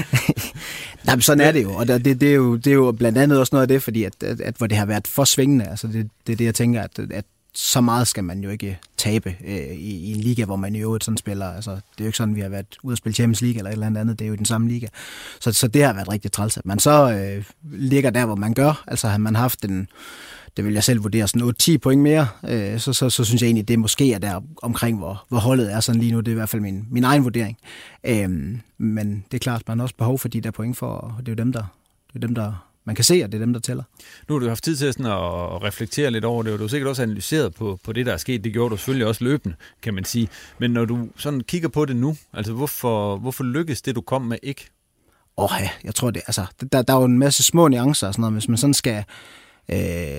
Nej, men sådan er det jo. Og det, det, er jo, det er jo blandt andet også noget af det, fordi at, at, at hvor det har været for svingende. Altså, det, det er det, jeg tænker, at, at så meget skal man jo ikke tabe øh, i, i en liga, hvor man i øvrigt sådan spiller. Altså, det er jo ikke sådan, vi har været ude at spille Champions League eller et eller andet. Det er jo den samme liga. Så, så det har været rigtig træls. At man så øh, ligger der, hvor man gør. Altså, har man haft en... Det vil jeg selv vurdere sådan otte ti point mere, øh, så, så, så synes jeg egentlig, det måske er der omkring, hvor, hvor holdet er sådan lige nu. Det er i hvert fald min, min egen vurdering. Øh, men det er klart, man har også behov for de der point for, og det er jo dem, der, det er dem, der man kan se, og det er dem, der tæller. Nu har du haft tid til sådan at reflektere lidt over det, og du har sikkert også analyseret på, på det, der er sket. Det gjorde du selvfølgelig også løbende, kan man sige. Men når du sådan kigger på det nu, altså hvorfor, hvorfor lykkes det, du kom med, ikke? Åh oh, ja, jeg tror det, altså, der, der er jo en masse små nuancer og sådan noget, hvis man sådan skal... Øh,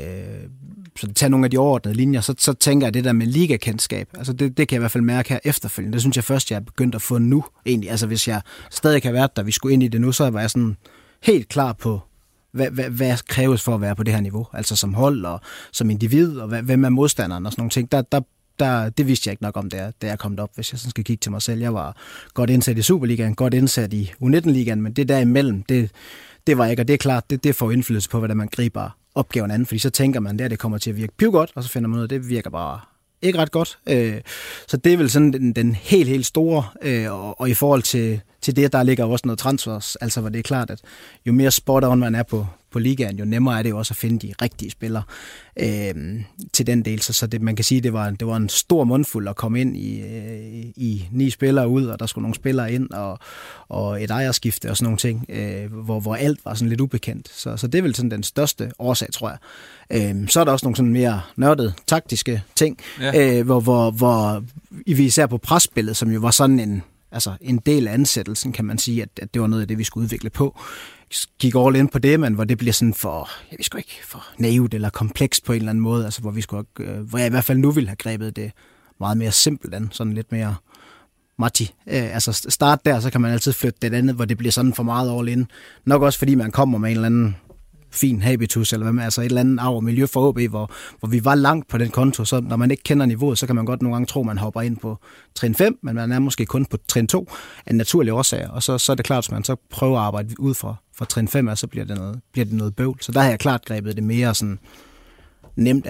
så tage nogle af de overordnede linjer, så, så tænker jeg det der med ligakendskab, altså det, det kan jeg i hvert fald mærke her efterfølgende. Det synes jeg først, jeg er begyndt at få nu egentlig. Altså hvis jeg stadig har været der, vi skulle ind i det nu, så var jeg sådan helt klar på, hvad, hvad, hvad kræves for at være på det her niveau, altså som hold og som individ, og hvad, hvem er modstanderen og sådan nogle ting. Der, der, der, det vidste jeg ikke nok om, da jeg, da jeg kom op, hvis jeg sådan skal kigge til mig selv. Jeg var godt indsat i Superligaen, godt indsat i U nitten-ligaen, men det der imellem, det, det var ikke, og det er klart, det, det får indflydelse på, hvordan man griber opgaven anden, fordi så tænker man, at det kommer til at virke pivgodt, og så finder man ud af, at det virker bare ikke ret godt. Så det er vel sådan den, den helt, helt store, og, og i forhold til, til det, der ligger også noget transfers, altså hvor det er klart, at jo mere spot on man er på, på ligaen, jo nemmere er det jo også at finde de rigtige spillere øh, til den del. Så, så det, man kan sige, det var, det var en stor mundfuld at komme ind i, øh, i ni spillere ud, og der skulle nogle spillere ind, og, og et ejerskifte og sådan nogle ting, øh, hvor, hvor alt var sådan lidt ubekendt. Så, så det er vel sådan den største årsag, tror jeg. Øh, så er der også nogle sådan mere nørdede, taktiske ting, ja. øh, hvor, hvor, hvor vi især på presspillet, som jo var sådan en altså en del af ansættelsen, kan man sige, at, at det var noget af det, vi skulle udvikle på. Gik all in på det, men hvor det bliver sådan for, jeg ved sgu ikke, for naivt eller komplekst på en eller anden måde, altså hvor vi skulle, øh, hvor jeg i hvert fald nu ville have grebet det meget mere simpelt an, sådan lidt mere mati. Øh, altså start der, så kan man altid flytte det andet, hvor det bliver sådan for meget all in. Nok også fordi man kommer med en eller anden fin habitus, eller hvad man, altså et eller andet arv og miljø for O B, hvor, hvor vi var langt på den konto, så når man ikke kender niveauet, så kan man godt nogle gange tro, at man hopper ind på trin fem, men man er måske kun på trin to af naturlige årsager, og så, så er det klart, at man så prøver at arbejde ud fra, fra trin fem, og så bliver det, noget, bliver det noget bøvl. Så der har jeg klart grebet det mere sådan nemt an,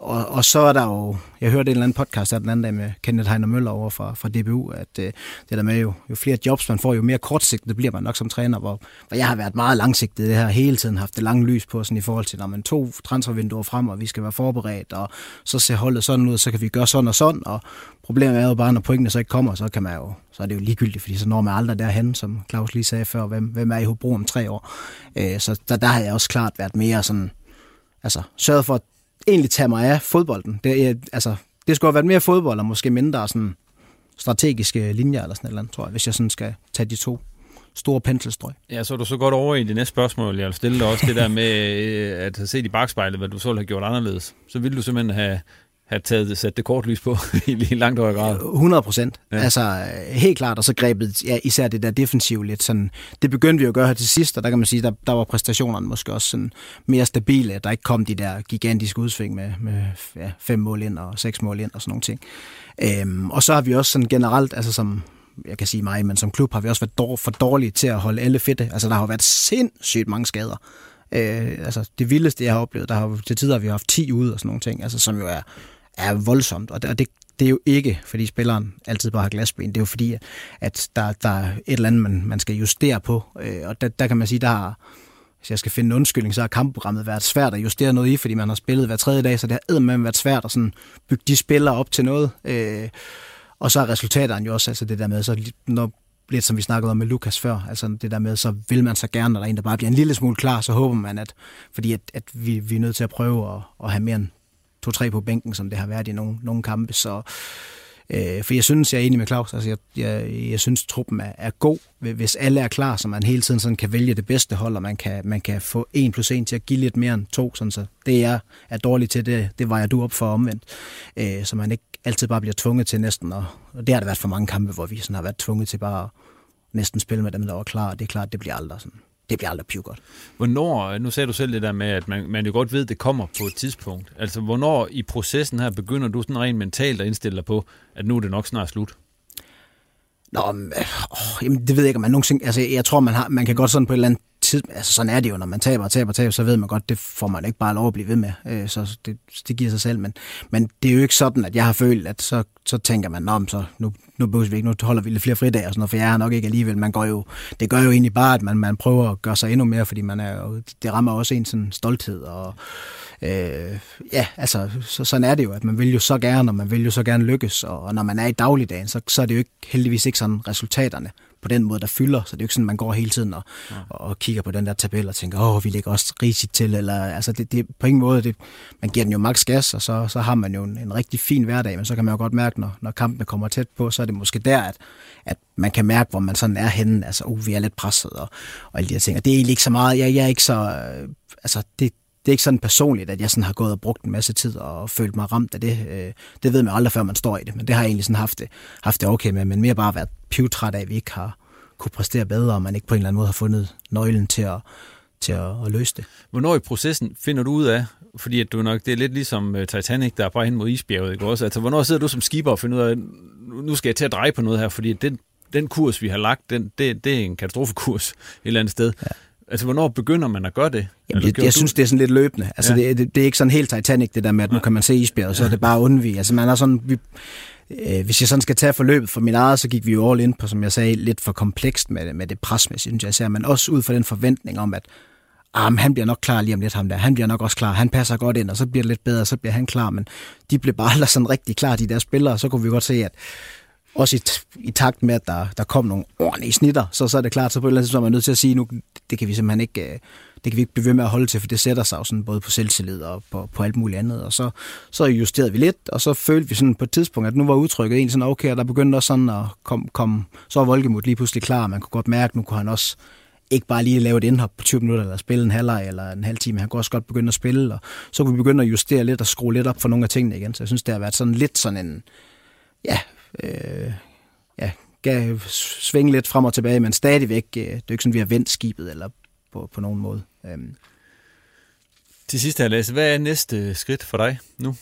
og, og så er der jo, jeg hørte en eller anden podcast der den anden dag med Kenneth Heiner Møller over fra, fra D B U, at øh, det der med jo, jo flere jobs man får, jo mere kortsigtet bliver man nok som træner, hvor, hvor jeg har været meget langsigtet det her hele tiden, haft det lange lys på sådan i forhold til, når man to transfervinduer frem, og vi skal være forberedt, og så ser holdet sådan ud, så kan vi gøre sådan og sådan, og problemet er jo bare, når pointene så ikke kommer, så kan man jo, så er det jo ligegyldigt, fordi så når man aldrig derhen, som Claus lige sagde før, hvem, hvem er i Hobro om tre år. Øh, så der, der har jeg også klart været mere sådan, altså sørget for at egentlig tage mig af fodbolden. Det, er, altså, det skulle have været mere fodbold, og måske mindre sådan strategiske linjer, eller sådan et eller andet, tror jeg, hvis jeg sådan skal tage de to store penselstrøg. Ja, så er du så godt over i det næste spørgsmål, jeg vil stille dig også, det der med at have set i bagspejlet, hvad du så have gjort anderledes. Så ville du simpelthen have have taget, sat det kortlys på i langt højere grad. hundrede procent. Ja. Altså helt klart, og så grebet ja, især det der defensive lidt sådan. Det begyndte vi at gøre her til sidst, og der kan man sige, der, der var præstationerne måske også sådan mere stabile. Der ikke kom de der gigantiske udsving med, med ja, fem mål ind og seks mål ind og sådan nogle ting. Øhm, og så har vi også sådan generelt, altså som jeg kan sige mig, men som klub har vi også været dår, for dårlige til at holde alle fedte. Altså der har jo været sindssygt mange skader. Øh, altså det vildeste, jeg har oplevet, der har til tider har vi haft ti ude og sådan nogle ting, altså som jo er er voldsomt, og det, og det, det er jo ikke, fordi spilleren altid bare har glasben, det er jo fordi, at der, der er et eller andet, man, man skal justere på, øh, og der, der kan man sige, der har, hvis jeg skal finde en undskyldning, så har kampprogrammet været svært at justere noget i, fordi man har spillet hver tredje dag, så det har eddermame været svært at sådan bygge de spillere op til noget, øh, og så er resultaterne jo også, altså det der med, så når lidt som vi snakkede om med Lukas før, altså det der med, så vil man så gerne, når der er en, der bare bliver en lille smule klar, så håber man, at fordi at, at vi, vi er nødt til at prøve at, at have mere end to-tre på bænken, som det har været i nogle, nogle kampe. Så, øh, for jeg synes, jeg er enig med Claus. Altså, jeg, jeg, jeg synes, truppen er, er god, hvis alle er klar, så man hele tiden sådan kan vælge det bedste hold, og man kan, man kan få en plus en til at give lidt mere end to. Sådan, så det, jeg er dårlig til, det, det vejer du op for omvendt. Øh, så man ikke altid bare bliver tvunget til næsten. Og, og det har der været for mange kampe, hvor vi sådan har været tvunget til bare at næsten spille med dem, der var klar. Og det er klart, det bliver aldrig sådan. Det bliver aldrig pivgodt. Hvornår, nu sagde du selv det der med, at man, man jo godt ved, at det kommer på et tidspunkt. Altså, hvornår i processen her begynder du sådan rent mentalt at indstille dig på, at nu er det nok snart slut? Nå, men, øh, jamen, det ved jeg ikke, om man nogensinde... Altså, jeg tror, man, har, man kan godt sådan på et eller andet tid... Altså, sådan er det jo, når man taber og taber og taber, så ved man godt, det får man ikke bare lov at blive ved med. Øh, så det, det giver sig selv. Men, men det er jo ikke sådan, at jeg har følt, at så, så tænker man, nå, så nu, nu behøver vi ikke, nu holder vi lidt flere fridage og sådan noget, for jeg er nok ikke alligevel. Man går jo, det gør jo egentlig bare, at man, man prøver at gøre sig endnu mere, fordi man er jo, det rammer også en sådan stolthed og... Øh, ja, altså, så, sådan er det jo, at man vil jo så gerne, og man vil jo så gerne lykkes, og, og når man er i dagligdagen, så, så er det jo ikke, heldigvis ikke sådan resultaterne på den måde, der fylder, så det er jo ikke sådan, man går hele tiden og, ja. og, og kigger på den der tabel og tænker, åh, vi ligger også risigt til, eller altså, det, det på ingen måde, det, man giver den jo maks gas, og så, så har man jo en, en rigtig fin hverdag, men så kan man jo godt mærke, når, når kampene kommer tæt på, så er det måske der, at, at man kan mærke, hvor man sådan er henne, altså, uh, vi er lidt presset, og, og alle de her ting, og det er egentlig ikke så meget, jeg, jeg er ikke så, øh, altså, det Det er ikke sådan personligt, at jeg sådan har gået og brugt en masse tid og følt mig ramt af det. Det ved man aldrig, før man står i det, men det har jeg egentlig sådan haft det, haft det okay med, men mere bare været pivtræt af, at vi ikke har kunne præstere bedre, og man ikke på en eller anden måde har fundet nøglen til at, til at, at løse det. Hvornår i processen finder du ud af, fordi at du nok, det er lidt ligesom Titanic, der er bare hen mod isbjerget, ikke også? Altså, hvornår sidder du som skipper og finder ud af, nu skal jeg til at dreje på noget her, fordi den, den kurs, vi har lagt, den, det, det er en katastrofekurs et eller andet sted. Ja. Altså, hvornår begynder man at gøre det? Jamen, det jeg du? synes, det er sådan lidt løbende. Altså, ja. det, det, det er ikke sådan helt Titanic, det der med, at nu kan man se isbjerget, så er det bare at undvige. Altså, man er sådan, vi, øh, hvis jeg sådan skal tage forløbet for min eget, så gik vi jo all in på, som jeg sagde, lidt for komplekst med, med det presmæssigt, synes jeg. Ser, men også ud fra den forventning om, at ah, han bliver nok klar lige om lidt, ham der. Han bliver nok også klar. Han passer godt ind, og så bliver det lidt bedre, så bliver han klar. Men de blev bare aldrig sådan rigtig klar, de der spillere. Så kunne vi godt se, at også i, i takt med, at der, der kom nogle ordentlige snitter, så, så er det klart, så på et eller andet tidspunkt er man nødt til at sige, nu, det kan vi simpelthen ikke, det kan vi ikke blive ved med at holde til, for det sætter sig jo sådan både på selvtillid og på, på alt muligt andet, og så, så justerede vi lidt, og så følte vi sådan på et tidspunkt, at nu var udtrykket egentlig sådan, okay, og der begyndte også sådan at komme, kom, så var Volkemut lige pludselig klar, man kunne godt mærke, nu kunne han også ikke bare lige lave et indhop på tyve minutter, eller spille en halvleg eller en halv time, han kunne også godt begynde at spille, og så kunne vi begynde at justere lidt og skrue lidt op for nogle af tingene igen, så jeg synes, det har været sådan lidt sådan en, ja, øh, ja, gav svinge lidt frem og tilbage, men stadigvæk, det er ikke sådan, vi har vendt skibet eller på, på nogen måde. Um. Til sidst her, Lasse, hvad er næste skridt for dig nu?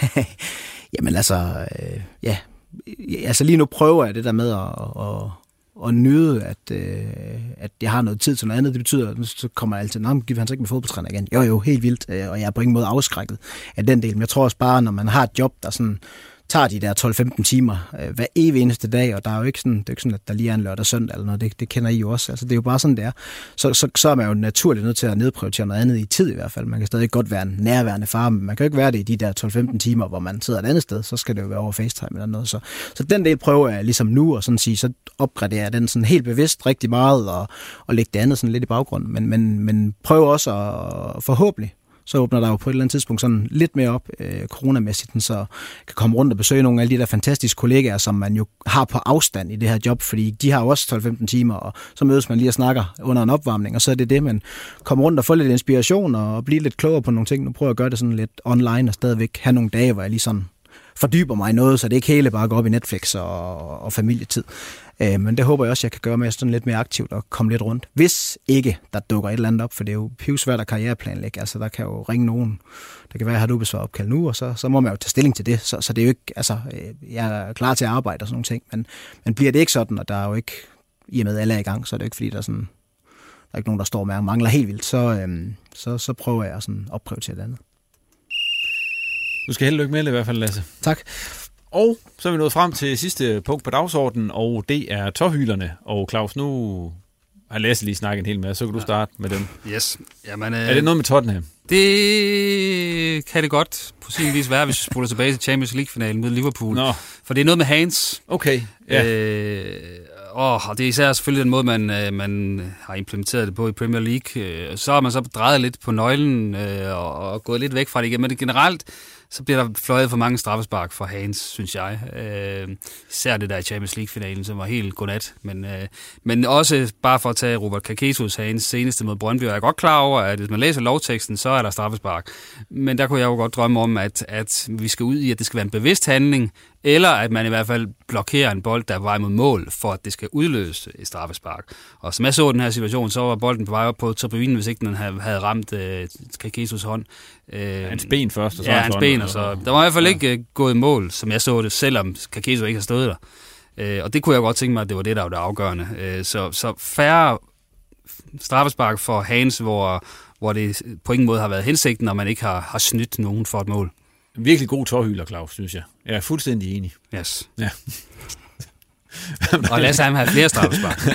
Jamen altså, øh, ja, altså lige nu prøver jeg det der med at, at, at nyde, at, øh, at jeg har noget tid til noget andet. Det betyder, at så kommer jeg altid, nå, giver han så ikke med fodboldtræner igen? Jo, jo, helt vildt, øh, og jeg er på ingen måde afskrækket af den del. Men jeg tror også bare, når man har et job, der sådan tager de der tolv femten timer øh, hver evig eneste dag, og der er jo ikke sådan, det er ikke sådan, at der lige er en lørdag og søndag eller noget, det, det kender I jo også. Altså, det er jo bare sådan, det er. Så, så, så er man jo naturligt nødt til at nedprioritere noget andet i tid i hvert fald. Man kan stadig godt være en nærværende far, men man kan jo ikke være det i de der tolv femten timer, hvor man sidder et andet sted, så skal det jo være over FaceTime eller noget. Så, så den del prøver jeg ligesom nu, og sådan sige, så opgraderer jeg den sådan helt bevidst rigtig meget, og, og lægge det andet sådan lidt i baggrunden. Men, men, men prøv også at forhåbentlig, så åbner der jo på et eller andet tidspunkt sådan lidt mere op øh, coronamæssigt, så kan komme rundt og besøge nogle af de der fantastiske kollegaer, som man jo har på afstand i det her job, fordi de har jo også tolv femten timer, og så mødes man lige og snakker under en opvarmning, og så er det det, man kommer rundt og får lidt inspiration og bliver lidt klogere på nogle ting. Nu prøver jeg at gøre det sådan lidt online og stadigvæk have nogle dage, hvor jeg lige sådan fordyber mig i noget, så det ikke hele bare går op i Netflix og, og familietid. Øh, men det håber jeg også, jeg kan gøre med sådan lidt mere aktivt og komme lidt rundt. Hvis ikke der dukker et eller andet op, for det er jo pivsvært at karriereplanlægge. Altså, der kan jo ringe nogen. Der kan være, at har du besvaret opkald nu, og så, så må man jo tage stilling til det. Så, så det er jo ikke, altså, jeg er klar til at arbejde og sådan nogle ting, men, men bliver det ikke sådan, og der er jo ikke, i og med alle er i gang, så er det jo ikke, fordi der er sådan, der er ikke nogen, der står med og mangler helt vildt, så, øhm, så, så prøver jeg at sådan opprioritere det andet. Du skal held og lykke med det i hvert fald, Lasse. Tak. Og så er vi nået frem til sidste punkt på dagsordenen, og det er tårhylerne. Og Claus, nu har Lasse lige snakket en hel masse, så kan du starte med dem. Yes. Jamen, øh, er det noget med Tottenham? Det kan det godt på sin vis være, hvis vi spoler tilbage til Champions League-finalen mod Liverpool. Nå. For det er noget med Hans. Okay, ja. Øh, og det er især selvfølgelig den måde, man, man har implementeret det på i Premier League. Så har man så drejet lidt på nøglen og, og gået lidt væk fra det igen. Men det generelt, så bliver der fløjet for mange straffespark for Hans, synes jeg. Øh, især det der i Champions League-finalen, som var helt godnat. Men, øh, men også bare for at tage Robert Kaketos Hans seneste mod Brøndby, og jeg er godt klar over, at hvis man læser lovteksten, så er der straffespark. Men der kunne jeg jo godt drømme om, at, at vi skal ud i, at det skal være en bevidst handling, eller at man i hvert fald blokerer en bold, der er på vej mod mål, for at det skal udløse et straffespark. Og som jeg så den her situation, så var bolden på vej op på tribunen, hvis ikke den havde ramt øh, Kaketos hånd. Øh, hans ben først, og så ja, hans ben, og så. Der var i hvert fald ikke uh, gået i mål, som jeg så det, selvom Kaketo ikke har stået der. Øh, og det kunne jeg godt tænke mig, at det var det, der var det afgørende. Øh, så, så færre straffespark for Hans, hvor, hvor det på ingen måde har været hensigten, når man ikke har, har snydt nogen for et mål. En virkelig god tårhyler, Claus, synes jeg. Jeg er fuldstændig enig. Yes. Ja. Og lad os have flere straffespark.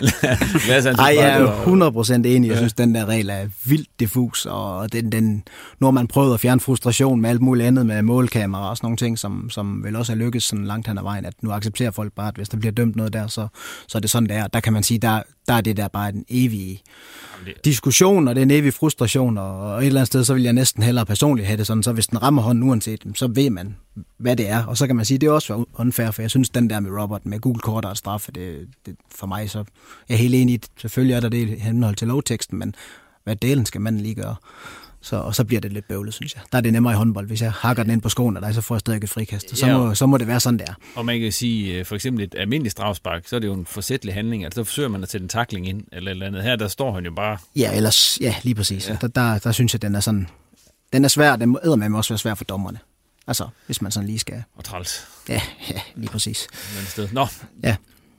Nej, jeg er jo hundrede procent enig. Jeg synes, den der regel er vildt diffus, og den, den, nu har man prøvet at fjerne frustration med alt muligt andet, med målkamera og sådan nogle ting, som, som vel også er lykkes sådan langt hen ad vejen, at nu accepterer folk bare, at hvis der bliver dømt noget der, så, så er det sådan, det er. Der kan man sige, der, der er det der bare en evig diskussion, og det er en evig frustration, og et eller andet sted, så vil jeg næsten hellere personligt have det sådan, så hvis den rammer hånden uanset, så ved man, hvad det er, og så kan man sige, det er også unfair, for jeg synes, den der med Robert, med gul kort og straffe, det, det for mig, så jeg er helt enig i, selvfølgelig er der det i henhold til lovteksten, men hvad delen skal man lige gøre? Så, og så bliver det lidt bøvlet, synes jeg. Der er det nemmere i håndbold. Hvis jeg hakker den ind på skoen, og der, så får jeg stadig et frikast. Så, ja, må, så må det være sådan, der. Og man kan sige, for eksempel et almindeligt strafspark, så er det jo en forsætlig handling. Altså, så forsøger man at sætte en tackling ind, eller eller andet. Her, der står han jo bare... Ja, ellers, ja, lige præcis. Ja. Der, der, der synes jeg, den er sådan... Den er svær, den æder med også være svær for dommerne. Altså, hvis man sådan lige skal... Og træls. Ja, ja, lige præcis. Sted. Nå. Ja.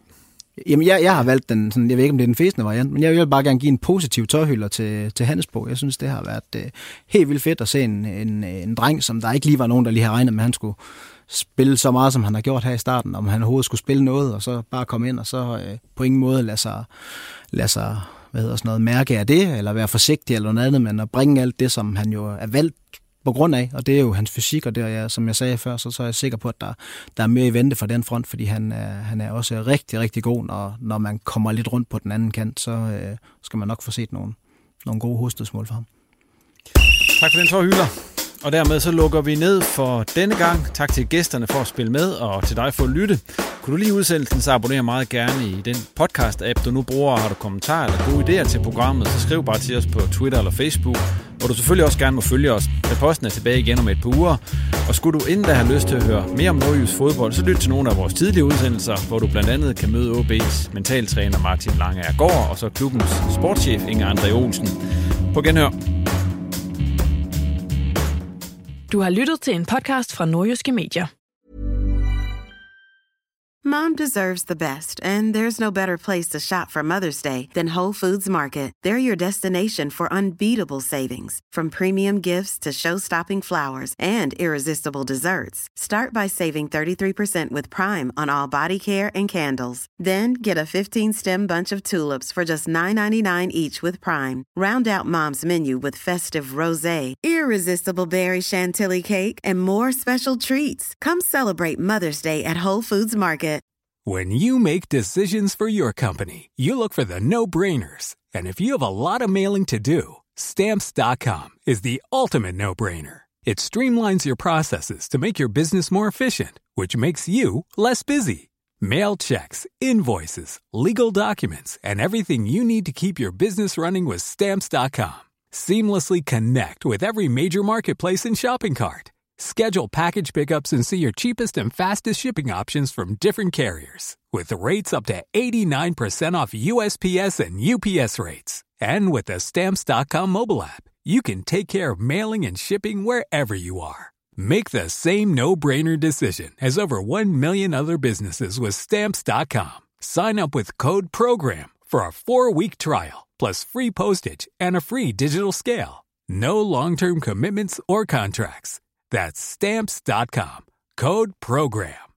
Jamen, jeg, jeg har valgt den, sådan, jeg ved ikke, om det er den fæsende variant, men jeg vil bare gerne give en positiv tårhylder til, til Hannesbo. Jeg synes, det har været øh, helt vildt fedt at se en, en, en dreng, som der ikke lige var nogen, der lige havde regnet med, at han skulle spille så meget, som han har gjort her i starten, om han overhovedet skulle spille noget, og så bare komme ind, og så øh, på ingen måde lade sig, lade sig hvad hedder sådan noget, mærke af det, eller være forsigtig eller noget andet, men at bringe alt det, som han jo er valgt på grund af, og det er jo hans fysik, og det er, ja, som jeg sagde før, så, så er jeg sikker på, at der, der er mere i vente for den front, fordi han er, han er også rigtig, rigtig god, når, når man kommer lidt rundt på den anden kant, så øh, skal man nok få set nogle, nogle gode hovedstødsmål for ham. Tak for den tårhylder. Og dermed så lukker vi ned for denne gang. Tak til gæsterne for at spille med, og til dig for at lytte. Kunne du lide udsendelsen, så abonner meget gerne i den podcast-app, du nu bruger. Har du kommentarer eller gode idéer til programmet, så skriv bare til os på Twitter eller Facebook, hvor du selvfølgelig også gerne må følge os. Posten er tilbage igen om et par uger. Og skulle du inden da have lyst til at høre mere om nordjysk fodbold, så lyt til nogle af vores tidligere udsendelser, hvor du blandt andet kan møde O B's mentaltræner Martin Langegaard og så klubbens sportschef Inger André Olsen. På genhør. Du har lyttet til en podcast fra Nordjyske Medier. Mom deserves the best, and there's no better place to shop for Mother's Day than Whole Foods Market. They're your destination for unbeatable savings, from premium gifts to show-stopping flowers and irresistible desserts. Start by saving thirty-three percent with Prime on all body care and candles. Then get a fifteen-stem bunch of tulips for just nine ninety-nine each with Prime. Round out Mom's menu with festive rosé, irresistible berry chantilly cake, and more special treats. Come celebrate Mother's Day at Whole Foods Market. When you make decisions for your company, you look for the no-brainers. And if you have a lot of mailing to do, Stamps dot com is the ultimate no-brainer. It streamlines your processes to make your business more efficient, which makes you less busy. Mail checks, invoices, legal documents, and everything you need to keep your business running with Stamps dot com. Seamlessly connect with every major marketplace and shopping cart. Schedule package pickups and see your cheapest and fastest shipping options from different carriers, with rates up to eighty-nine percent off U S P S and U P S rates. And with the Stamps dot com mobile app, you can take care of mailing and shipping wherever you are. Make the same no-brainer decision as over one million other businesses with Stamps dot com. Sign up with code PROGRAM for a four-week trial, plus free postage and a free digital scale. No long-term commitments or contracts. That's Stamps dot com. Code PROGRAM.